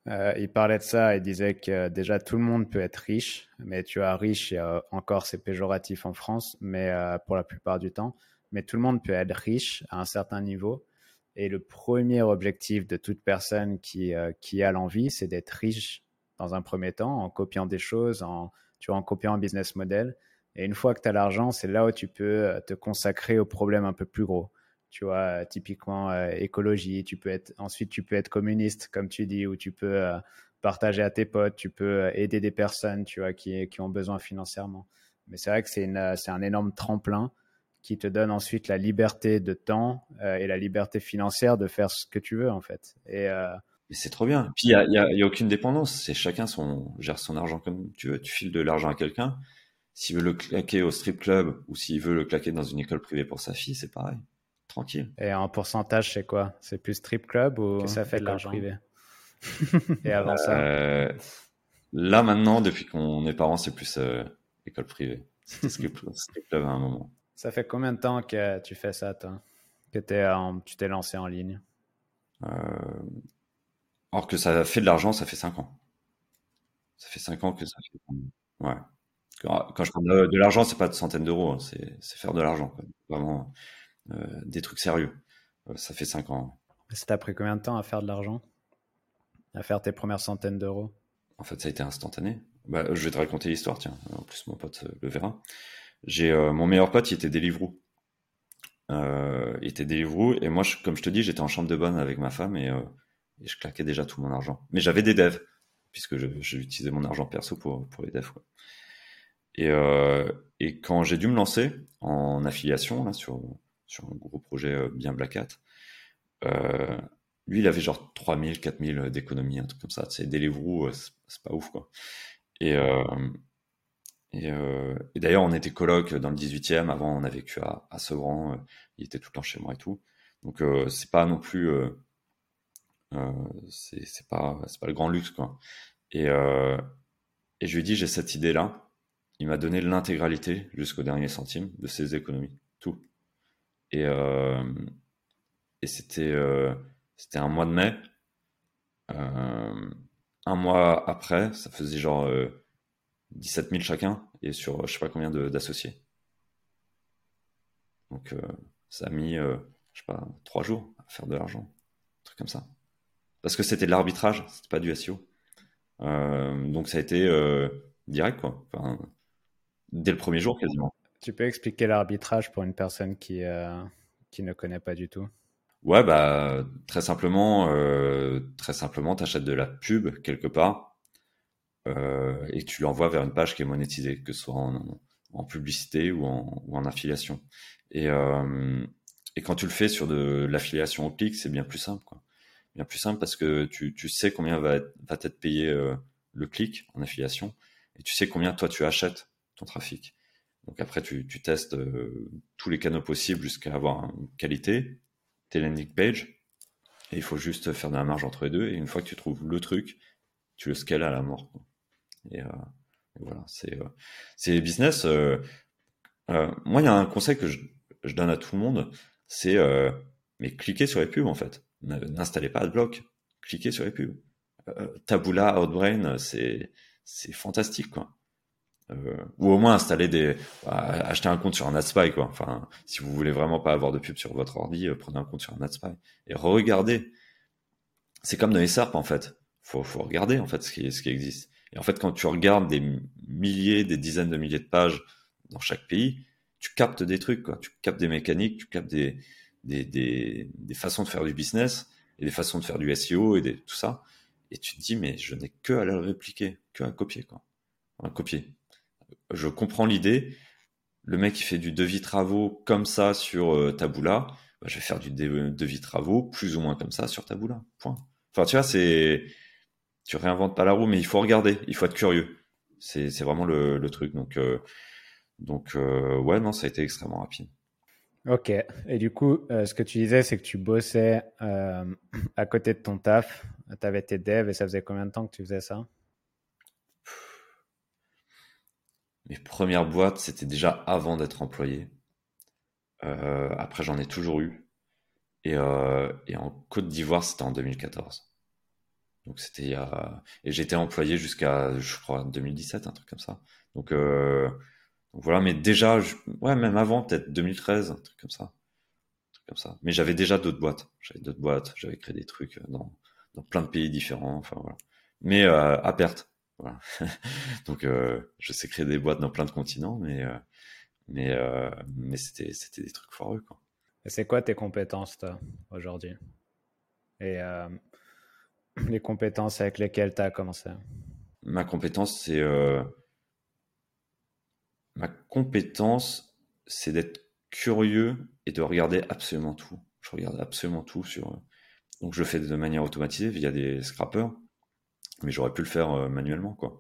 Il parlait de ça, il disait que déjà tout le monde peut être riche, mais tu vois, riche, encore c'est péjoratif en France, mais pour la plupart du temps, mais tout le monde peut être riche à un certain niveau. Et le premier objectif de toute personne qui a l'envie, c'est d'être riche dans un premier temps, en copiant des choses, tu vois, en copiant un business model. Et une fois que tu as l'argent, c'est là où tu peux te consacrer aux problèmes un peu plus gros. Tu vois, typiquement écologie, ensuite tu peux être communiste, comme tu dis, ou tu peux partager à tes potes, tu peux aider des personnes, tu vois, qui ont besoin financièrement. Mais c'est vrai que c'est un énorme tremplin qui te donne ensuite la liberté de temps et la liberté financière de faire ce que tu veux, en fait. Mais c'est trop bien. Puis il y a aucune dépendance. C'est chacun gère son argent comme tu veux. Tu files de l'argent à quelqu'un. S'il veut le claquer au strip club ou s'il veut le claquer dans une école privée pour sa fille, c'est pareil. Tranquille. Et en pourcentage, c'est quoi? C'est plus strip club ou Que ça fait de école l'argent. privée? Et avant ça? Là maintenant, depuis qu'on est parents, c'est plus école privée. C'était strip club à un moment. Ça fait combien de temps que tu fais ça, toi? Que tu t'es lancé en ligne? Alors que ça fait de l'argent, ça fait 5 ans. Ça fait 5 ans que ça fait. Ouais. Quand je parle de l'argent, c'est pas de centaines d'euros, hein, c'est faire de l'argent, quoi. Vraiment des trucs sérieux. Ça fait 5 ans. Ça t'a pris combien de temps à faire de l'argent? À faire tes premières centaines d'euros? En fait, ça a été instantané. Bah, je vais te raconter l'histoire, tiens. En plus, mon pote le verra. Mon meilleur pote, il était Deliveroo. Il était Deliveroo, et moi, comme je te dis, j'étais en chambre de bonne avec ma femme et je claquais déjà tout mon argent. Mais j'avais des devs, puisque je utilisais mon argent perso pour les devs, quoi. Et quand j'ai dû me lancer en affiliation là, sur un gros projet bien Black Hat, lui il avait genre 3000, 4000 d'économies, un truc comme ça. Tu sais, Deliveroo, c'est pas ouf, quoi. Et, euh, et d'ailleurs, on était coloc dans le 18e. Avant, on a vécu à Sevran. Il était tout le temps chez moi et tout. Donc, c'est pas non plus. C'est pas le grand luxe, quoi. Et, euh, et je lui ai dit, j'ai cette idée-là. Il m'a donné l'intégralité jusqu'au dernier centime de ses économies, tout. Et, euh, et c'était un mois de mai. Un mois après, ça faisait genre 17 000 chacun et sur je sais pas combien d'associés. Donc ça a mis, je sais pas, 3 jours à faire de l'argent, un truc comme ça. Parce que c'était de l'arbitrage, c'était pas du SEO. Donc ça a été direct, quoi. Enfin, dès le premier jour quasiment. Tu peux expliquer l'arbitrage pour une personne qui ne connaît pas du tout? Ouais, bah très simplement, t'achètes de la pub quelque part et tu l'envoies vers une page qui est monétisée, que ce soit en publicité ou en affiliation. Et, euh, et quand tu le fais sur de l'affiliation au clic, c'est bien plus simple, quoi. Bien plus simple parce que tu sais combien va t'être payé le clic en affiliation et tu sais combien toi tu achètes ton trafic. Donc après, tu testes tous les canaux possibles jusqu'à avoir une qualité, tes landing page, et il faut juste faire de la marge entre les deux. Et une fois que tu trouves le truc, tu le scales à la mort, quoi. Et voilà, c'est business. Moi, il y a un conseil que je donne à tout le monde, c'est mais cliquez sur les pubs en fait. N'installez pas AdBlock, cliquez sur les pubs. Taboola, Outbrain, c'est fantastique, quoi. Ou au moins acheter un compte sur un AdSpy, quoi. Enfin, si vous voulez vraiment pas avoir de pub sur votre ordi, prenez un compte sur un AdSpy et regardez. C'est comme dans les SERP en fait. Faut regarder en fait ce qui existe. Et en fait, quand tu regardes des milliers, des dizaines de milliers de pages dans chaque pays, tu captes des trucs, quoi. Tu captes des mécaniques, tu captes des façons de faire du business et des façons de faire du SEO et tout ça. Et tu te dis, mais je n'ai que à le répliquer, que à copier, quoi. Un copier. Je comprends l'idée. Le mec qui fait du devis travaux comme ça sur Taboola, bah, je vais faire du devis travaux plus ou moins comme ça sur Taboola. Point. Enfin, tu vois, tu réinventes pas la roue, mais il faut regarder, il faut être curieux. C'est vraiment le truc. Donc ouais, non, ça a été extrêmement rapide. Ok. Et du coup, ce que tu disais, c'est que tu bossais à côté de ton taf. Tu avais tes devs et ça faisait combien de temps que tu faisais ça? Mes premières boîtes, c'était déjà avant d'être employé. Après, j'en ai toujours eu. Et en Côte d'Ivoire, c'était en 2014. Donc c'était et j'étais employé jusqu'à, je crois, 2017, un truc comme ça. Donc, donc voilà, mais déjà, ouais, même avant, peut-être 2013, un truc comme ça, un truc comme ça. Mais j'avais déjà d'autres boîtes. J'avais d'autres boîtes, j'avais créé des trucs dans plein de pays différents, enfin voilà. Mais à perte. Voilà. Donc je sais créer des boîtes dans plein de continents, mais c'était des trucs foireux, quoi. Et c'est quoi tes compétences, toi, aujourd'hui? Et les compétences avec lesquelles tu as commencé? Ma compétence, c'est Ma compétence, c'est d'être curieux et de regarder absolument tout. Je regarde absolument tout sur. Donc je le fais de manière automatisée via des scrappers, mais j'aurais pu le faire manuellement, quoi.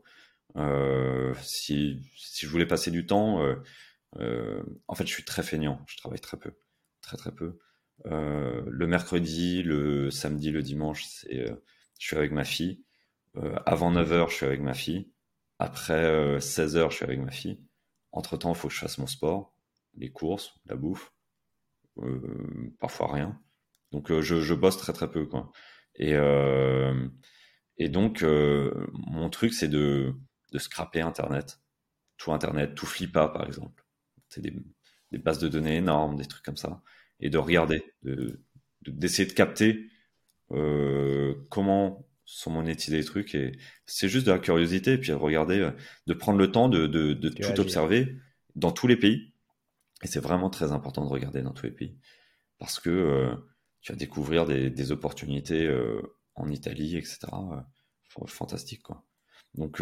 Si je voulais passer du temps, en fait, je suis très feignant. Je travaille très peu, très très peu. Le mercredi, le samedi, le dimanche, je suis avec ma fille. Avant 9h, je suis avec ma fille. Après 16h, je suis avec ma fille. Entre-temps, il faut que je fasse mon sport, les courses, la bouffe, parfois rien. Donc je bosse très très peu, quoi. Et, euh, et donc mon truc, c'est de scraper Internet. Tout Internet, tout Flippa par exemple. C'est des bases de données énormes, des trucs comme ça. Et de regarder, d'essayer de capter comment sont monétisés les trucs. Et c'est juste de la curiosité, et puis de regarder, de prendre le temps de Tu tout agis. observer dans tous les pays. Et c'est vraiment très important de regarder dans tous les pays. Parce que tu vas découvrir des opportunités en Italie, etc. Fantastique, quoi. Donc,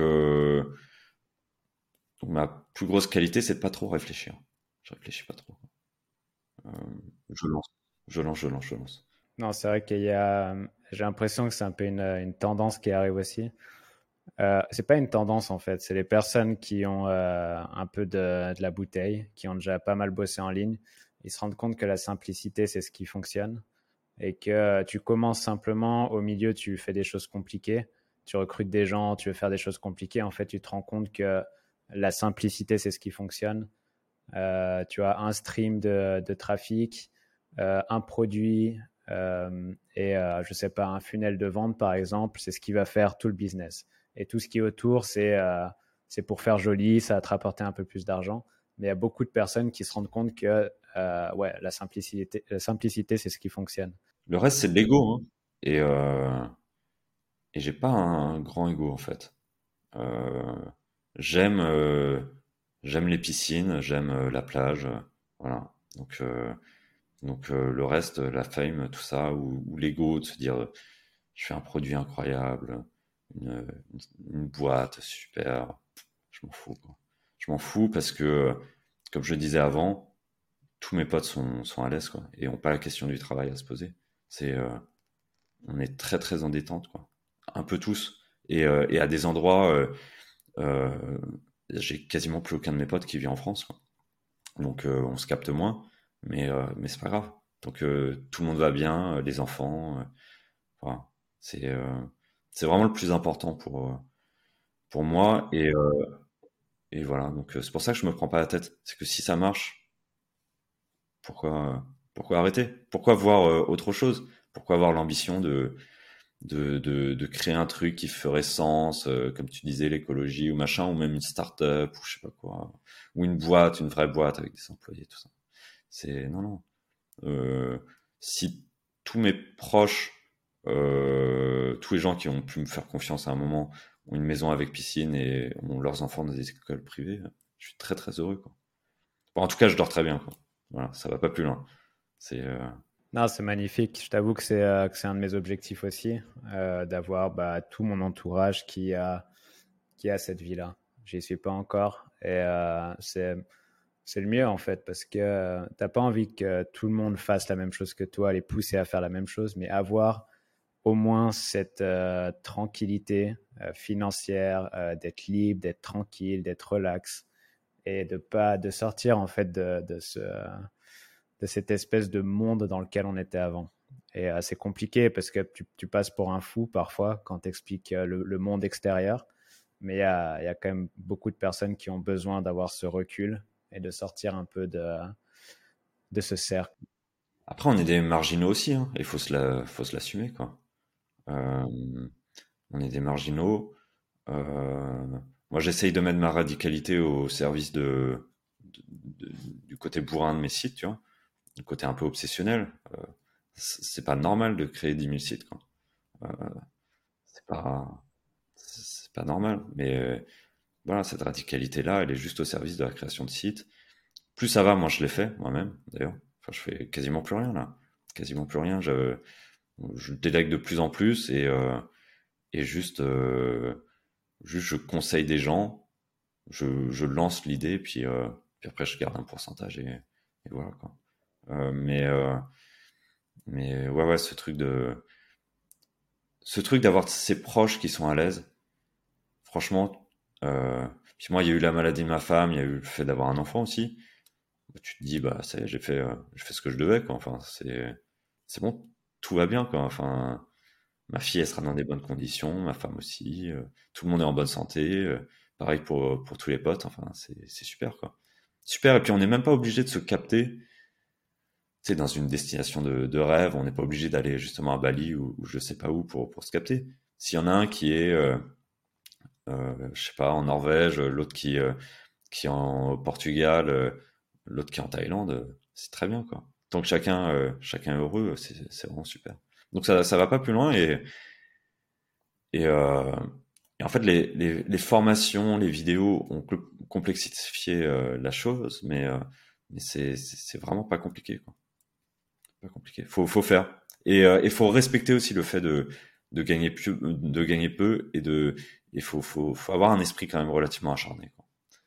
donc ma plus grosse qualité, c'est de pas trop réfléchir. Je réfléchis pas trop. Euh, je lance, je lance. Non, c'est vrai qu'il y a. J'ai l'impression que c'est un peu une tendance qui arrive aussi. C'est pas une tendance en fait, c'est les personnes qui ont un peu de la bouteille, qui ont déjà pas mal bossé en ligne. Ils se rendent compte que la simplicité, c'est ce qui fonctionne et que tu commences simplement, au milieu, tu fais des choses compliquées, tu recrutes des gens, tu veux faire des choses compliquées. En fait, tu te rends compte que la simplicité, c'est ce qui fonctionne. Tu as un stream de trafic, un produit et je sais pas, un funnel de vente par exemple, c'est ce qui va faire tout le business. Et tout ce qui est autour, c'est pour faire joli, ça va te rapporter un peu plus d'argent. Mais il y a beaucoup de personnes qui se rendent compte que ouais, la simplicité, c'est ce qui fonctionne. Le reste, c'est de l'ego, hein. Et, euh, et j'ai pas un grand ego en fait. Euh, j'aime j'aime les piscines, j'aime la plage, voilà. Donc le reste, la fame, tout ça, ou l'ego de se dire je fais un produit incroyable, une, une boîte super, je m'en fous, quoi. Je m'en fous parce que, comme je le disais avant, tous mes potes sont à l'aise, quoi, et ont pas la question du travail à se poser. C'est On est très très en détente, quoi. Un peu tous. Et à des endroits, euh, j'ai quasiment plus aucun de mes potes qui vit en France, quoi. Donc on se capte moins, mais c'est pas grave. Donc tout le monde va bien, les enfants, voilà. C'est euh, c'est vraiment le plus important pour moi. Et voilà. Donc c'est pour ça que je me prends pas la tête. C'est que si ça marche, pourquoi arrêter? Pourquoi voir autre chose? Pourquoi avoir l'ambition de créer un truc qui ferait sens, comme tu disais, l'écologie ou machin, ou même une start-up ou je sais pas quoi, ou une boîte, une vraie boîte avec des employés, tout ça. Non, non. Euh, si tous mes proches, tous les gens qui ont pu me faire confiance à un moment, ont une maison avec piscine et ont leurs enfants dans des écoles privées, je suis très très heureux, quoi. Bon, en tout cas, je dors très bien, quoi. Voilà, ça va pas plus loin. C'est Non, c'est magnifique. Je t'avoue que c'est un de mes objectifs aussi, d'avoir bah, tout mon entourage qui a cette vie-là. J'y suis pas encore et c'est le mieux en fait parce que t'as pas envie que tout le monde fasse la même chose que toi, les pousser à faire la même chose, mais avoir au moins cette tranquillité financière, d'être libre, d'être tranquille, d'être relax et de sortir en fait de cette espèce de monde dans lequel on était avant. Et c'est compliqué parce que tu passes pour un fou parfois quand tu expliques le monde extérieur, mais il y a quand même beaucoup de personnes qui ont besoin d'avoir ce recul et de sortir un peu de ce cercle. Après, on est des marginaux aussi, hein, et faut se l'assumer, quoi. on est des marginaux. Moi, j'essaye de mettre ma radicalité au service du côté bourrin de mes sites, tu vois, du côté un peu obsessionnel. C'est pas normal de créer 10 000 sites, quoi. Euh, c'est pas, c'est pas normal. Mais voilà, cette radicalité-là, elle est juste au service de la création de sites. Plus ça va, moi je l'ai fait moi-même, d'ailleurs. Enfin, je fais quasiment plus rien là, quasiment plus rien. Je délègue de plus en plus et juste je conseille des gens, je lance l'idée, puis après je garde un pourcentage et voilà quoi. Euh, mais euh, mais ouais, ce truc d'avoir ses proches qui sont à l'aise, franchement. Puis moi, il y a eu la maladie de ma femme, il y a eu le fait d'avoir un enfant aussi. Bah, tu te dis, bah ça y est, j'ai fait ce que je devais quoi. Enfin, c'est bon, tout va bien quoi. Enfin, ma fille, elle sera dans des bonnes conditions, ma femme aussi. Tout le monde est en bonne santé. Pareil pour tous les potes. Enfin, c'est super, quoi. Super. Et puis, on n'est même pas obligé de se capter. Tu sais, dans une destination de rêve, on n'est pas obligé d'aller justement à Bali ou je sais pas où pour se capter. S'il y en a un qui est, je sais pas, en Norvège, l'autre qui est en Portugal, l'autre qui est en Thaïlande, c'est très bien, quoi. Tant que chacun est heureux, c'est vraiment super. Donc ça va pas plus loin et, euh, et en fait, les formations, les vidéos ont complexifié la chose, mais c'est vraiment pas compliqué, quoi. Pas compliqué. Faut faire. Et faut respecter aussi le fait de gagner peu et faut avoir un esprit quand même relativement acharné, quoi.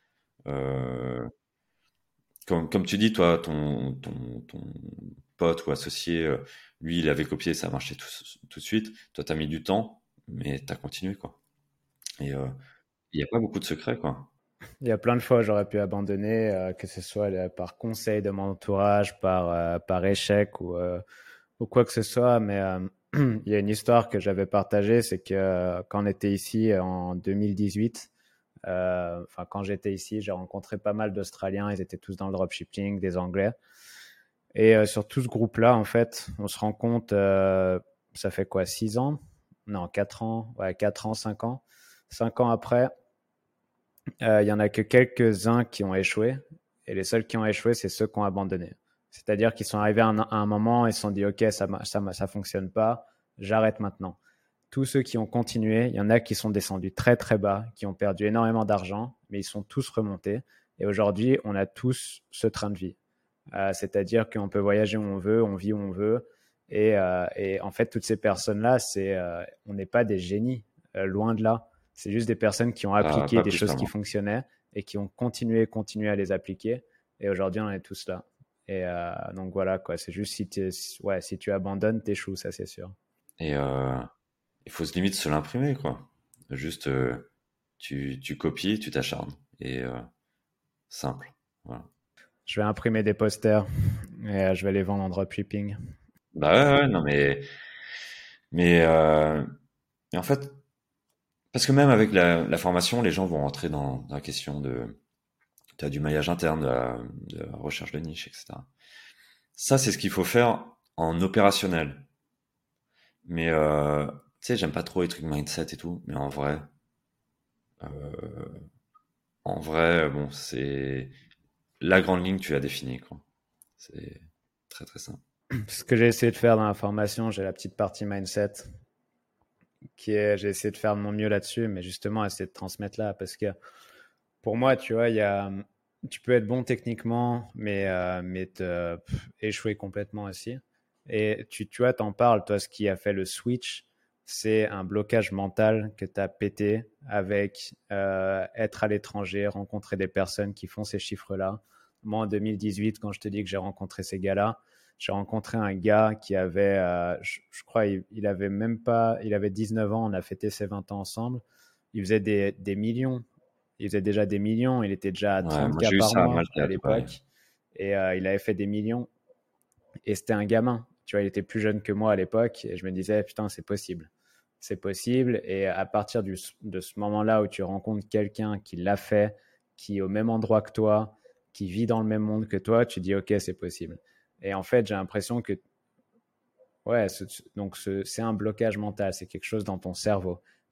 Euh, comme tu dis, toi, ton pote ou associé, lui, il avait copié, ça a marché tout de suite. Toi, t'as mis du temps, mais t'as continué, quoi. Et il n'y a pas beaucoup de secrets, quoi. Il y a plein de fois où j'aurais pu abandonner, que ce soit par conseil de mon entourage, par échec ou quoi que ce soit. Mais il y a une histoire que j'avais partagée, c'est que quand on était ici en 2018, enfin quand j'étais ici, j'ai rencontré pas mal d'Australiens. Ils étaient tous dans le dropshipping, des Anglais. Et sur tout ce groupe-là, en fait, on se rend compte, ça fait quoi, 6 ans? Non, 4 ans, ouais, 4 ans, 5 ans. 5 ans après, il y en a que quelques-uns qui ont échoué. Et les seuls qui ont échoué, c'est ceux qui ont abandonné. C'est-à-dire qu'ils sont arrivés à un moment et se sont dit, OK, ça fonctionne pas, j'arrête maintenant. Tous ceux qui ont continué, il y en a qui sont descendus très très bas, qui ont perdu énormément d'argent, mais ils sont tous remontés. Et aujourd'hui, on a tous ce train de vie. C'est-à-dire qu'on peut voyager où on veut, on vit où on veut. Et en fait, toutes ces personnes-là, on n'est pas des génies, loin de là. C'est juste des personnes qui ont appliqué Pas des plus, pas choses qui moins. fonctionnaient et qui ont continué à les appliquer. Et aujourd'hui, on est tous là. Et donc voilà, quoi. C'est juste si tu abandonnes, t'échoues, ça c'est sûr. Et il faut se limite se l'imprimer, quoi. Juste, tu copies, tu t'acharnes. Et simple. Voilà. Je vais imprimer des posters et je vais les vendre en dropshipping. Bah ouais, non, mais, mais en fait, parce que même avec la formation, les gens vont rentrer dans la question t'as du maillage interne, de la recherche de niche, etc. Ça, c'est ce qu'il faut faire en opérationnel. Mais tu sais, j'aime pas trop les trucs mindset et tout, mais en vrai, bon, c'est la grande ligne, tu l'as définie, quoi. C'est très très simple. Ce que j'ai essayé de faire dans la formation, j'ai la petite partie mindset j'ai essayé de faire de mon mieux là-dessus, mais justement, essayer de transmettre là, parce que pour moi, tu vois, tu peux être bon techniquement, mais échouer complètement aussi. Et tu vois, t'en parles, toi, ce qui a fait le switch, c'est un blocage mental que tu as pété avec être à l'étranger, rencontrer des personnes qui font ces chiffres-là. Moi, en 2018, quand je te dis que j'ai rencontré ces gars-là, j'ai rencontré un gars qui avait, je crois, il avait même pas, il avait 19 ans, on a fêté ses 20 ans ensemble. Il faisait des millions. Il faisait déjà des millions. Il était déjà à Ouais, moi 30K j'ai eu par ça à mois à Malta, tout pareil. l'époque. Et il avait fait des millions. Et c'était un gamin. Tu vois, il était plus jeune que moi à l'époque. Et je me disais, putain, c'est possible. C'est possible. Et à partir de ce moment-là où tu rencontres quelqu'un qui l'a fait, qui est au même endroit que toi, qui vit dans le même monde que toi, tu dis, OK, c'est possible. Et en fait, j'ai l'impression que, ouais, donc c'est un blocage mental. C'est quelque chose dans ton cerveau.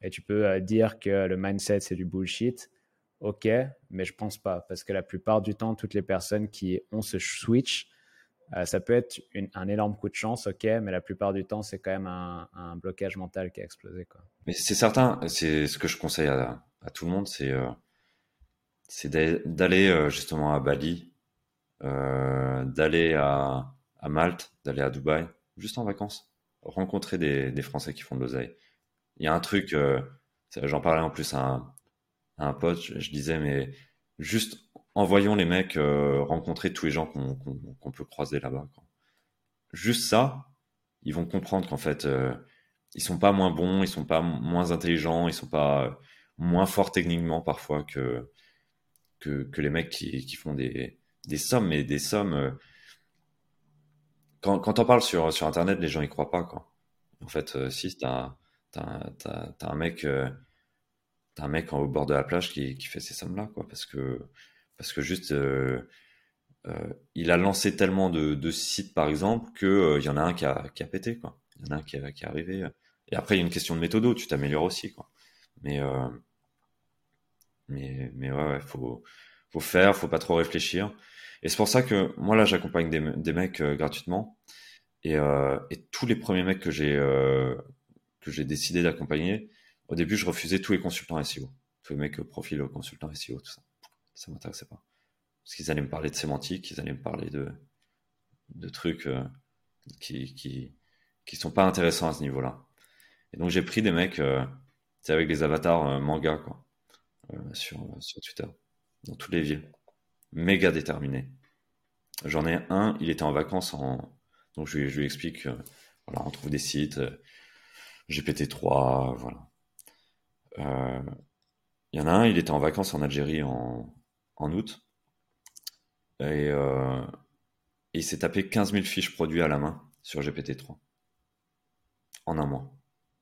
Et tu peux dire que le mindset, c'est du bullshit. OK, mais je pense pas. Parce que la plupart du temps, toutes les personnes qui ont ce switch, ça peut être un énorme coup de chance, OK, mais la plupart du temps, c'est quand même un blocage mental qui a explosé, quoi. Mais c'est certain, c'est ce que je conseille à tout le monde, c'est d'aller justement à Bali, d'aller à Malte, d'aller à Dubaï, juste en vacances, rencontrer des Français qui font de l'oseille. Il y a un truc, j'en parlais en plus à un pote, je disais, mais juste en voyant les mecs rencontrer tous les gens qu'on peut croiser là-bas, quoi. Juste ça, ils vont comprendre qu'en fait, ils sont pas moins bons, ils sont pas moins intelligents, ils sont pas moins forts techniquement parfois que les mecs qui font des sommes, mais des sommes. Quand on parle sur Internet, les gens y croient pas, quoi. En fait, si t'as un mec au bord de la plage qui fait ces sommes-là, quoi, parce que juste il a lancé tellement de sites, par exemple, que il y en a un qui a pété, quoi. Il y en a un qui est arrivé. Et après, il y a une question de méthodo, tu t'améliores aussi, quoi. Mais mais ouais, faut faire, faut pas trop réfléchir. Et c'est pour ça que moi là, j'accompagne des mecs gratuitement. Et tous les premiers mecs que j'ai décidé d'accompagner, au début, je refusais tous les consultants SEO, tous les mecs profil consultants SEO, tout ça. Ça m'intéressait pas. Parce qu'ils allaient me parler de sémantique, ils allaient me parler de trucs qui, qui, qui sont pas intéressants à ce niveau-là. Et donc j'ai pris des mecs, tu sais, avec des avatars manga, quoi, sur Twitter, dans toutes les villes, méga déterminés. J'en ai un, il était en vacances donc je lui explique, voilà, on trouve des sites, GPT-3, voilà. Euh, Il y en a un, il était en vacances en Algérie en août, et il s'est tapé 15 000 fiches produits à la main sur GPT-3 en un mois.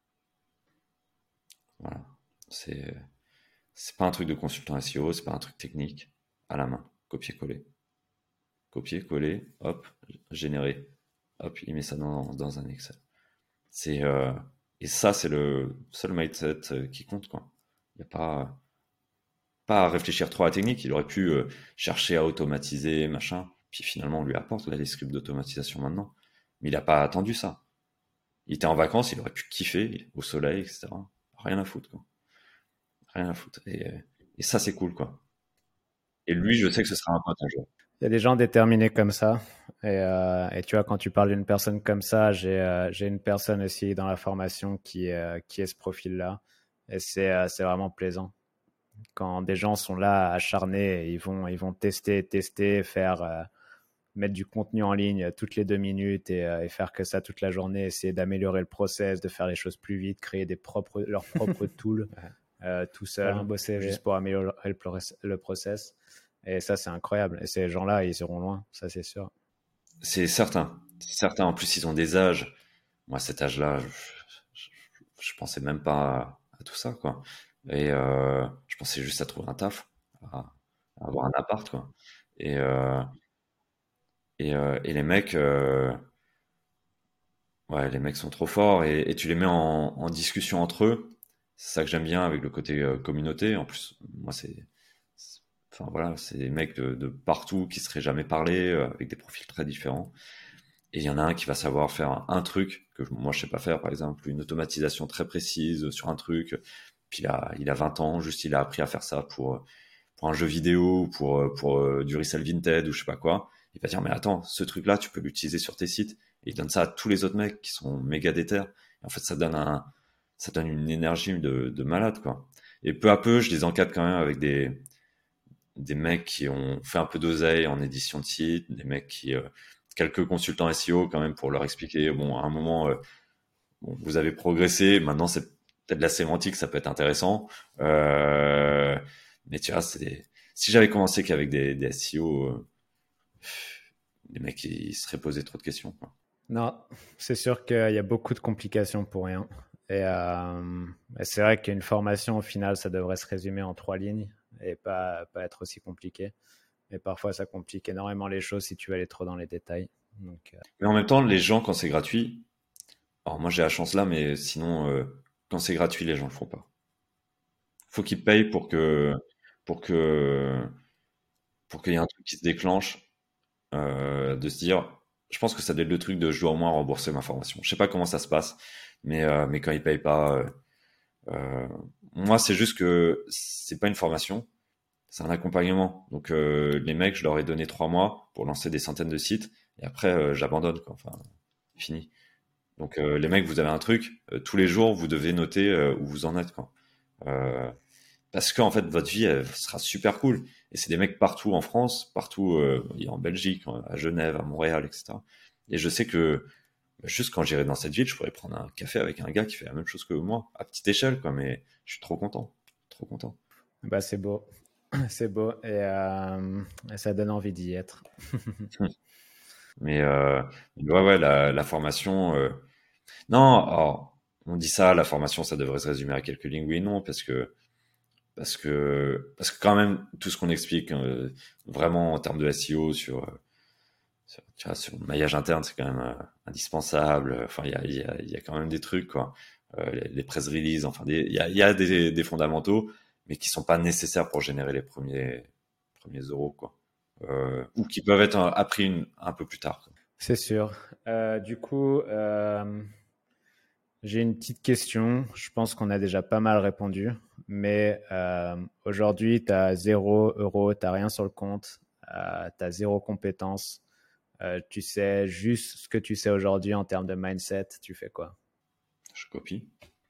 Voilà. C'est, c'est pas un truc de consultant SEO, c'est pas un truc technique, à la main, copier-coller. Copier-coller, hop, générer. Hop, il met ça dans un Excel. C'est, et ça, c'est le seul mindset qui compte, quoi. Il n'y a pas à réfléchir trop à la technique. Il aurait pu chercher à automatiser, machin. Puis finalement, on lui apporte là, les scripts d'automatisation maintenant. Mais il n'a pas attendu ça. Il était en vacances, il aurait pu kiffer au soleil, etc. Rien à foutre, quoi. Rien à foutre. Et ça, c'est cool, quoi. Et lui, je sais que ce sera un pote un jour. Il y a des gens déterminés comme ça. Et tu vois, quand tu parles d'une personne comme ça, j'ai une personne aussi dans la formation qui est ce profil-là. Et c'est vraiment plaisant. Quand des gens sont là, acharnés, ils vont tester, faire, mettre du contenu en ligne toutes les 2 minutes et faire que ça toute la journée, essayer d'améliorer le process, de faire les choses plus vite, créer leurs propres tools tout seul, juste pour améliorer le process. Et ça, c'est incroyable. Et ces gens-là, ils iront loin, ça, c'est sûr. C'est certain. C'est certain. En plus, ils ont des âges. Moi, à cet âge-là, je pensais même pas à tout ça, quoi. Et je pensais juste à trouver un taf, à, à avoir un appart, quoi. Et, euh, et les mecs, ouais, les mecs sont trop forts et tu les mets en discussion entre eux. C'est ça que j'aime bien avec le côté communauté. En plus, moi, enfin voilà, c'est des mecs de partout qui seraient jamais parlé, avec des profils très différents. Et il y en a un qui va savoir faire un truc que moi je sais pas faire, par exemple, une automatisation très précise sur un truc. Puis il a 20 ans, juste il a appris à faire ça pour un jeu vidéo ou pour du resell vintage ou je sais pas quoi. Il va dire, mais attends, ce truc-là, tu peux l'utiliser sur tes sites. Et il donne ça à tous les autres mecs qui sont méga déter. Et en fait, ça donne une énergie de malade, quoi. Et peu à peu, je les encadre quand même avec des mecs qui ont fait un peu d'oseille en édition de site, des mecs quelques consultants SEO quand même pour leur expliquer, bon, à un moment, bon, vous avez progressé, maintenant c'est peut-être de la sémantique, ça peut être intéressant. Mais tu vois, si j'avais commencé qu'avec des SEO, les mecs, ils seraient posés trop de questions, quoi. Non, c'est sûr qu'il y a beaucoup de complications pour rien. Et c'est vrai qu'une formation, au final, ça devrait se résumer en 3 lignes et pas être aussi compliqué. Mais parfois, ça complique énormément les choses si tu veux aller trop dans les détails. Donc, Mais en même temps, les gens, quand c'est gratuit, alors moi j'ai la chance là, mais sinon, quand c'est gratuit, les gens le font pas. faut qu'ils payent pour que pour qu'il y ait un truc qui se déclenche, de se dire, je pense que ça doit être le truc de je dois au moins rembourser ma formation. Je sais pas comment ça se passe, mais quand ils payent pas, euh, moi c'est juste que c'est pas une formation, c'est un accompagnement. Donc les mecs, je leur ai donné 3 mois pour lancer des centaines de sites et après j'abandonne quoi. Enfin, fini. Donc les mecs, vous avez un truc, tous les jours vous devez noter où vous en êtes quoi. Euh, Parce qu'en fait, votre vie, elle sera super cool. Et c'est des mecs partout en France, partout en Belgique, à Genève, à Montréal, etc. Et je sais que juste quand j'irai dans cette ville, je pourrais prendre un café avec un gars qui fait la même chose que moi, à petite échelle, quoi. Mais je suis trop content, trop content. Bah, c'est beau. C'est beau et ça donne envie d'y être. Mais ouais, la formation. Non, alors, on dit ça, la formation, ça devrait se résumer à quelques lignes, oui, non, parce que quand même tout ce qu'on explique vraiment en termes de SEO tu vois, sur le maillage interne, c'est quand même indispensable. Enfin, il y a quand même des trucs, quoi. Les press releases, enfin, il y a des fondamentaux, mais qui sont pas nécessaires pour générer les premiers euros, quoi. Ou qui peuvent être appris un peu plus tard, quoi. C'est sûr. Du coup, j'ai une petite question. Je pense qu'on a déjà pas mal répondu, mais aujourd'hui, tu as 0 euro, tu n'as rien sur le compte, tu as 0 compétence. Tu sais juste ce que tu sais aujourd'hui en termes de mindset. Tu fais quoi? Je copie,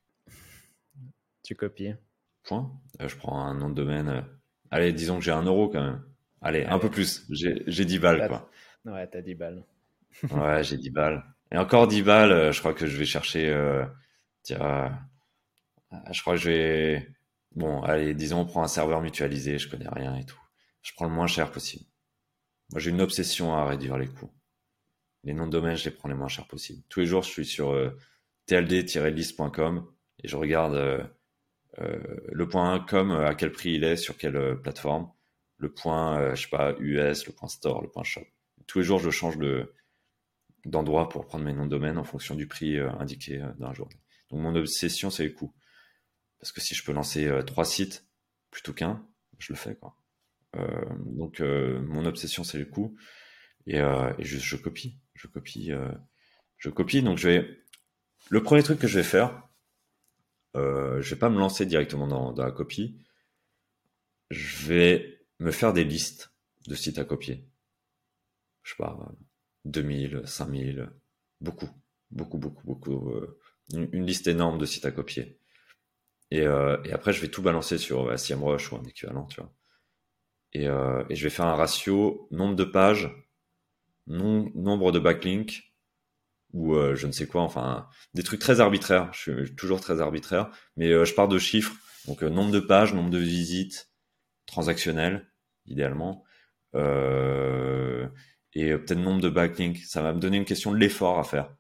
Tu copies. point. Je prends un nom de domaine. Allez, disons que j'ai 1 euro quand même. Allez, un peu Allez, plus. J'ai 10 balles, t'as, quoi. ouais, t'as 10 balles. Ouais, j'ai 10 balles. Et encore 10 balles, je crois que je vais chercher, tiens, je crois que je vais, bon, allez, disons, on prend un serveur mutualisé, je connais rien et tout. Je prends le moins cher possible. Moi, j'ai une obsession à réduire les coûts. Les noms de domaine, je les prends les moins chers possible. Tous les jours, je suis sur tld-list.com et je regarde le point .com, à quel prix il est, sur quelle plateforme. Le point, je sais pas, US, le point store, le point shop. Tous les jours, je change d'endroit pour prendre mes noms de domaine en fonction du prix indiqué dans la journée. Donc mon obsession, c'est les coûts. Parce que si je peux lancer 3 sites plutôt qu'un, je le fais quoi. Donc mon obsession, c'est les coûts et je copie, je copie. Donc le premier truc que je vais faire, je vais pas me lancer directement dans la copie. Je vais me faire des listes de sites à copier. Je sais pas, 2000, 5000, beaucoup, beaucoup, beaucoup, beaucoup. Une liste énorme de sites à copier. Et après, je vais tout balancer sur SEMrush ou un équivalent, tu vois. Et je vais faire un ratio nombre de pages, nombre de backlinks, ou je ne sais quoi, enfin, des trucs très arbitraires. Je suis toujours très arbitraire, mais je pars de chiffres. Donc, nombre de pages, nombre de visites, transactionnelles, idéalement. Euh, et peut-être nombre de backlinks. Ça va me donner une question de l'effort à faire.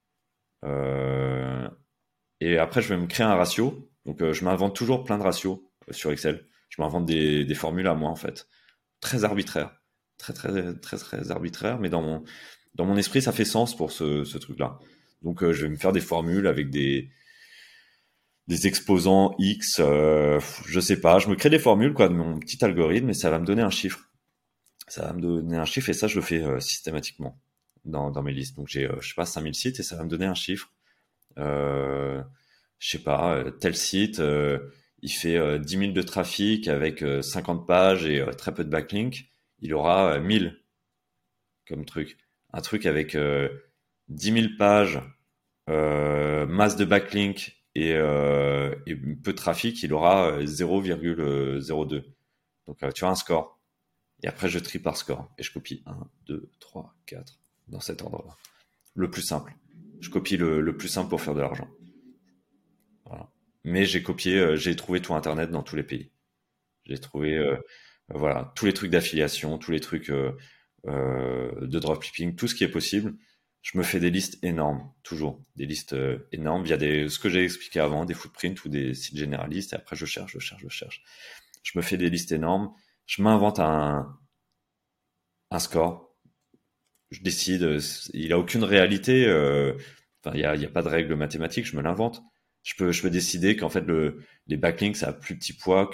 Euh, et après, je vais me créer un ratio. Donc, je m'invente toujours plein de ratios sur Excel. Je m'invente des formules à moi, en fait. Très arbitraire. Très, très, très, très arbitraire. Mais dans mon esprit, ça fait sens pour ce truc-là. Donc, je vais me faire des formules avec des exposants X. Je sais pas. Je me crée des formules, quoi, de mon petit algorithme et ça va me donner un chiffre. Ça va me donner un chiffre et ça, je le fais systématiquement dans mes listes. Donc, j'ai, je sais pas, 5000 sites et ça va me donner un chiffre. Euh, je sais pas, tel site, il fait 10 000 de trafic avec 50 pages et très peu de backlinks, il aura 1000 comme truc. Un truc avec 10 000 pages, masse de backlinks et peu de trafic, il aura 0,02. Donc tu as un score. Et après, je trie par score et je copie 1, 2, 3, 4 dans cet ordre-là. Le plus simple. Je copie le plus simple pour faire de l'argent. Voilà. Mais j'ai copié, j'ai trouvé tout Internet dans tous les pays. J'ai trouvé voilà, tous les trucs d'affiliation, tous les trucs de dropshipping, tout ce qui est possible. Je me fais des listes énormes, toujours des listes énormes via ce que j'ai expliqué avant, des footprints ou des sites généralistes. Et après, je cherche, je cherche, je cherche. Je me fais des listes énormes. Je m'invente un score. Je décide. Il a aucune réalité. Enfin, il y a pas de règle mathématique. Je me l'invente. je peux décider qu'en fait les backlinks ça a plus petit poids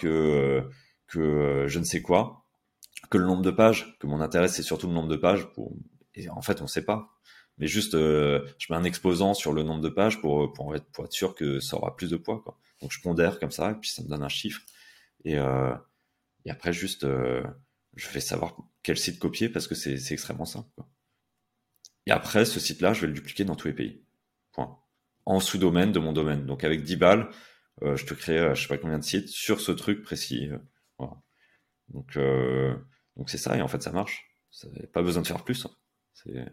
que je ne sais quoi, que le nombre de pages, que mon intérêt c'est surtout le nombre de pages et en fait on sait pas. Mais juste je mets un exposant sur le nombre de pages pour être sûr que ça aura plus de poids, quoi. Donc je pondère comme ça et puis ça me donne un chiffre et et après juste je vais savoir quel site copier parce que c'est extrêmement simple, quoi. Et après ce site-là, je vais le dupliquer dans tous les pays. Point. En sous-domaine de mon domaine. Donc avec 10 balles, je te crée je sais pas combien de sites sur ce truc précis. Voilà. Donc donc c'est ça et en fait ça marche. Pas besoin de faire plus, hein. C'est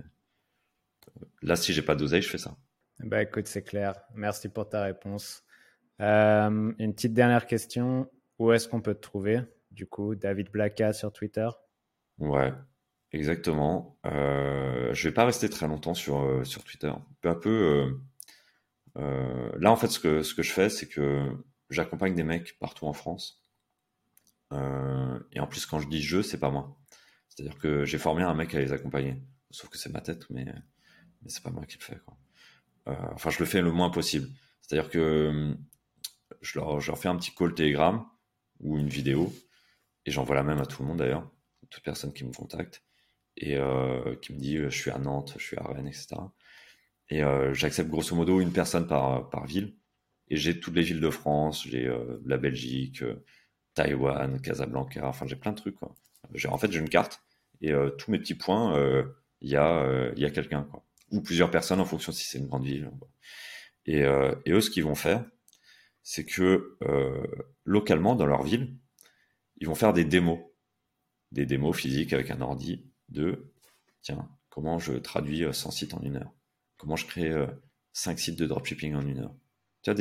Là si j'ai pas d'oseille, je fais ça. Bah écoute, c'est clair. Merci pour ta réponse. Une petite dernière question. Où est-ce qu'on peut te trouver? Du coup, David Blackat sur Twitter. Ouais, exactement. Je vais pas rester très longtemps sur Twitter. Peu à peu. Là, en fait, ce que je fais, c'est que j'accompagne des mecs partout en France. Et en plus, quand je dis je, c'est pas moi. C'est-à-dire que j'ai formé un mec à les accompagner. Sauf que c'est ma tête, mais c'est pas moi qui le fais, quoi. Enfin, je le fais le moins possible. C'est-à-dire que je leur fais un petit call Telegram ou une vidéo, et j'envoie la même à tout le monde d'ailleurs, toute personne qui me contacte, et qui me dit je suis à Nantes, je suis à Rennes, etc. Et j'accepte grosso modo une personne par ville. Et j'ai toutes les villes de France, j'ai la Belgique, Taïwan, Casablanca, enfin j'ai plein de trucs, quoi. En fait, j'ai une carte et tous mes petits points, il y a quelqu'un, quoi. Ou plusieurs personnes en fonction si c'est une grande ville. Et eux, ce qu'ils vont faire, c'est que localement, dans leur ville, ils vont faire des démos physiques avec un ordi de, tiens, comment je traduis 100 sites en 1 heure? Comment je crée 5 sites de dropshipping en 1 heure? Tu vois,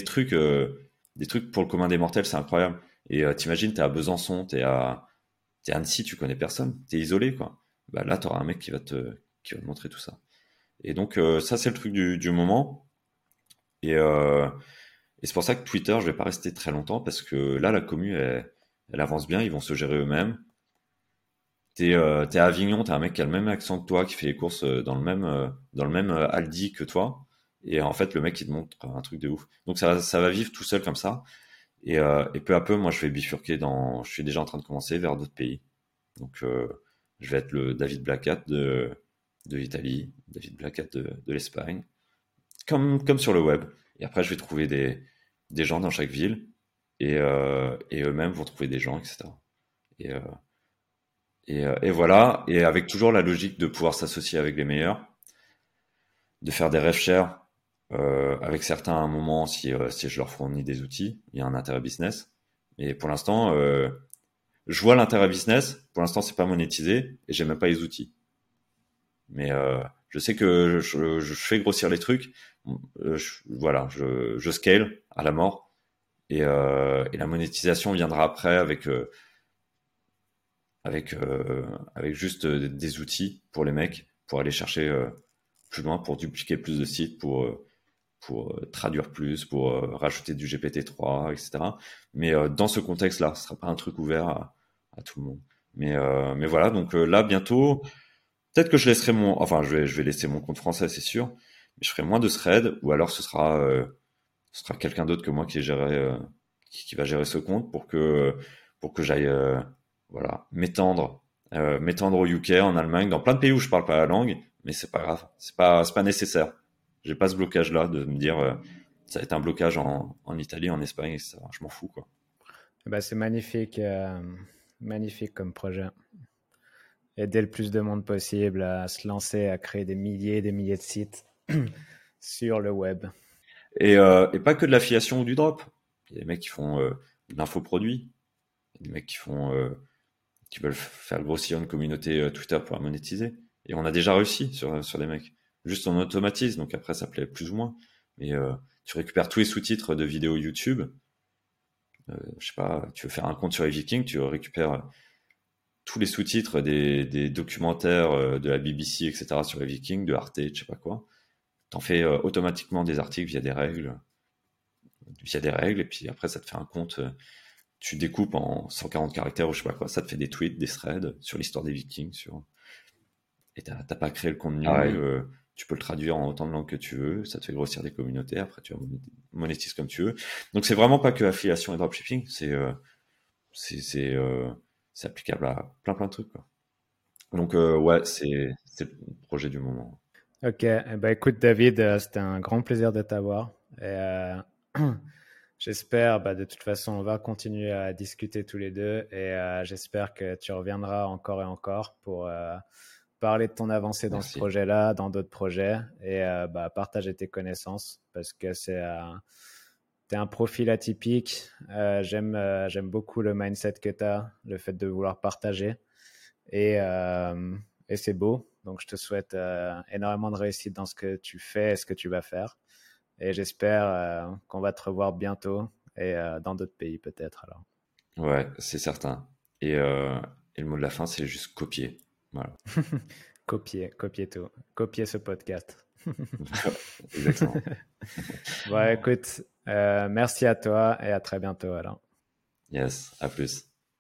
des trucs pour le commun des mortels, c'est incroyable. Et t'imagines, t'es à Besançon, t'es à Annecy, tu connais personne, t'es isolé, quoi. Bah là, t'auras un mec qui va te montrer tout ça. Et donc, ça, c'est le truc du moment. Et, euh, et c'est pour ça que Twitter, je vais pas rester très longtemps parce que là, la commu, elle avance bien, ils vont se gérer eux-mêmes. T'es à Avignon, t'as un mec qui a le même accent que toi, qui fait les courses dans le même Aldi que toi. Et en fait, le mec, il te montre un truc de ouf. Donc ça va vivre tout seul comme ça. Et peu à peu, moi, je vais bifurquer je suis déjà en train de commencer vers d'autres pays. Donc, je vais être le David Blackat de l'Italie, David Blackat de l'Espagne, comme sur le web. Et après, je vais trouver des gens dans chaque ville et eux-mêmes vont trouver des gens, etc. Et, euh, et voilà. Et avec toujours la logique de pouvoir s'associer avec les meilleurs, de faire des rêves chers avec certains à un moment si je leur fournis des outils, il y a un intérêt business. Et pour l'instant, je vois l'intérêt business. Pour l'instant, c'est pas monétisé et j'ai même pas les outils. Mais je sais que je fais grossir les trucs. Voilà, je scale à la mort et la monétisation viendra après avec juste des outils pour les mecs pour aller chercher plus loin, pour dupliquer plus de sites, pour traduire plus, pour rajouter du GPT-3, etc. Mais dans ce contexte-là, ce sera pas un truc ouvert à tout le monde. Mais voilà, donc là bientôt, peut-être que je laisserai enfin je vais laisser mon compte français, c'est sûr, mais je ferai moins de threads, ou alors ce sera quelqu'un d'autre que moi qui va gérer ce compte pour que j'aille voilà m'étendre au UK, en Allemagne, dans plein de pays où je parle pas la langue, mais c'est pas grave, c'est pas nécessaire. J'ai pas ce blocage là de me dire ça va être un blocage en Italie, en Espagne, etc. Je m'en fous, quoi. Bah, c'est magnifique, magnifique comme projet. Aider le plus de monde possible à se lancer, à créer des milliers de sites sur le web. Et pas que de l'affiliation ou du drop. Il y a des mecs qui font de l'infoproduit, il y a des mecs qui veulent faire grossir une communauté Twitter pour la monétiser. Et on a déjà réussi sur des mecs. Juste on automatise, donc après ça plaît plus ou moins. Mais tu récupères tous les sous-titres de vidéos YouTube. Je sais pas, tu veux faire un compte sur les Vikings, tu récupères tous les sous-titres des documentaires de la BBC, etc. sur les Vikings, de Arte, je sais pas quoi. T'en fais automatiquement des articles via des règles, et puis après ça te fait un compte. Tu découpes en 140 caractères ou je sais pas quoi, ça te fait des tweets, des threads sur l'histoire des Vikings, et t'as pas créé le contenu, tu peux le traduire en autant de langues que tu veux, ça te fait grossir des communautés, après tu monétises comme tu veux. Donc c'est vraiment pas que affiliation et dropshipping, c'est applicable à plein de trucs, quoi. Donc ouais, c'est le projet du moment. Ok, eh ben, écoute David, c'était un grand plaisir de t'avoir. Et j'espère, bah, de toute façon, on va continuer à discuter tous les deux et j'espère que tu reviendras encore et encore pour parler de ton avancée dans ce Merci. projet-là, dans d'autres projets et bah, partager tes connaissances parce que t'es un profil atypique. J'aime beaucoup le mindset que tu as, le fait de vouloir partager et, euh, et c'est beau. Donc, je te souhaite énormément de réussite dans ce que tu fais et ce que tu vas faire. Et j'espère qu'on va te revoir bientôt et dans d'autres pays peut-être alors. Ouais, c'est certain. Et le mot de la fin, c'est juste copier. Voilà. Copier tout. Copier ce podcast. Exactement. Bon, écoute, merci à toi et à très bientôt alors. Yes, à plus.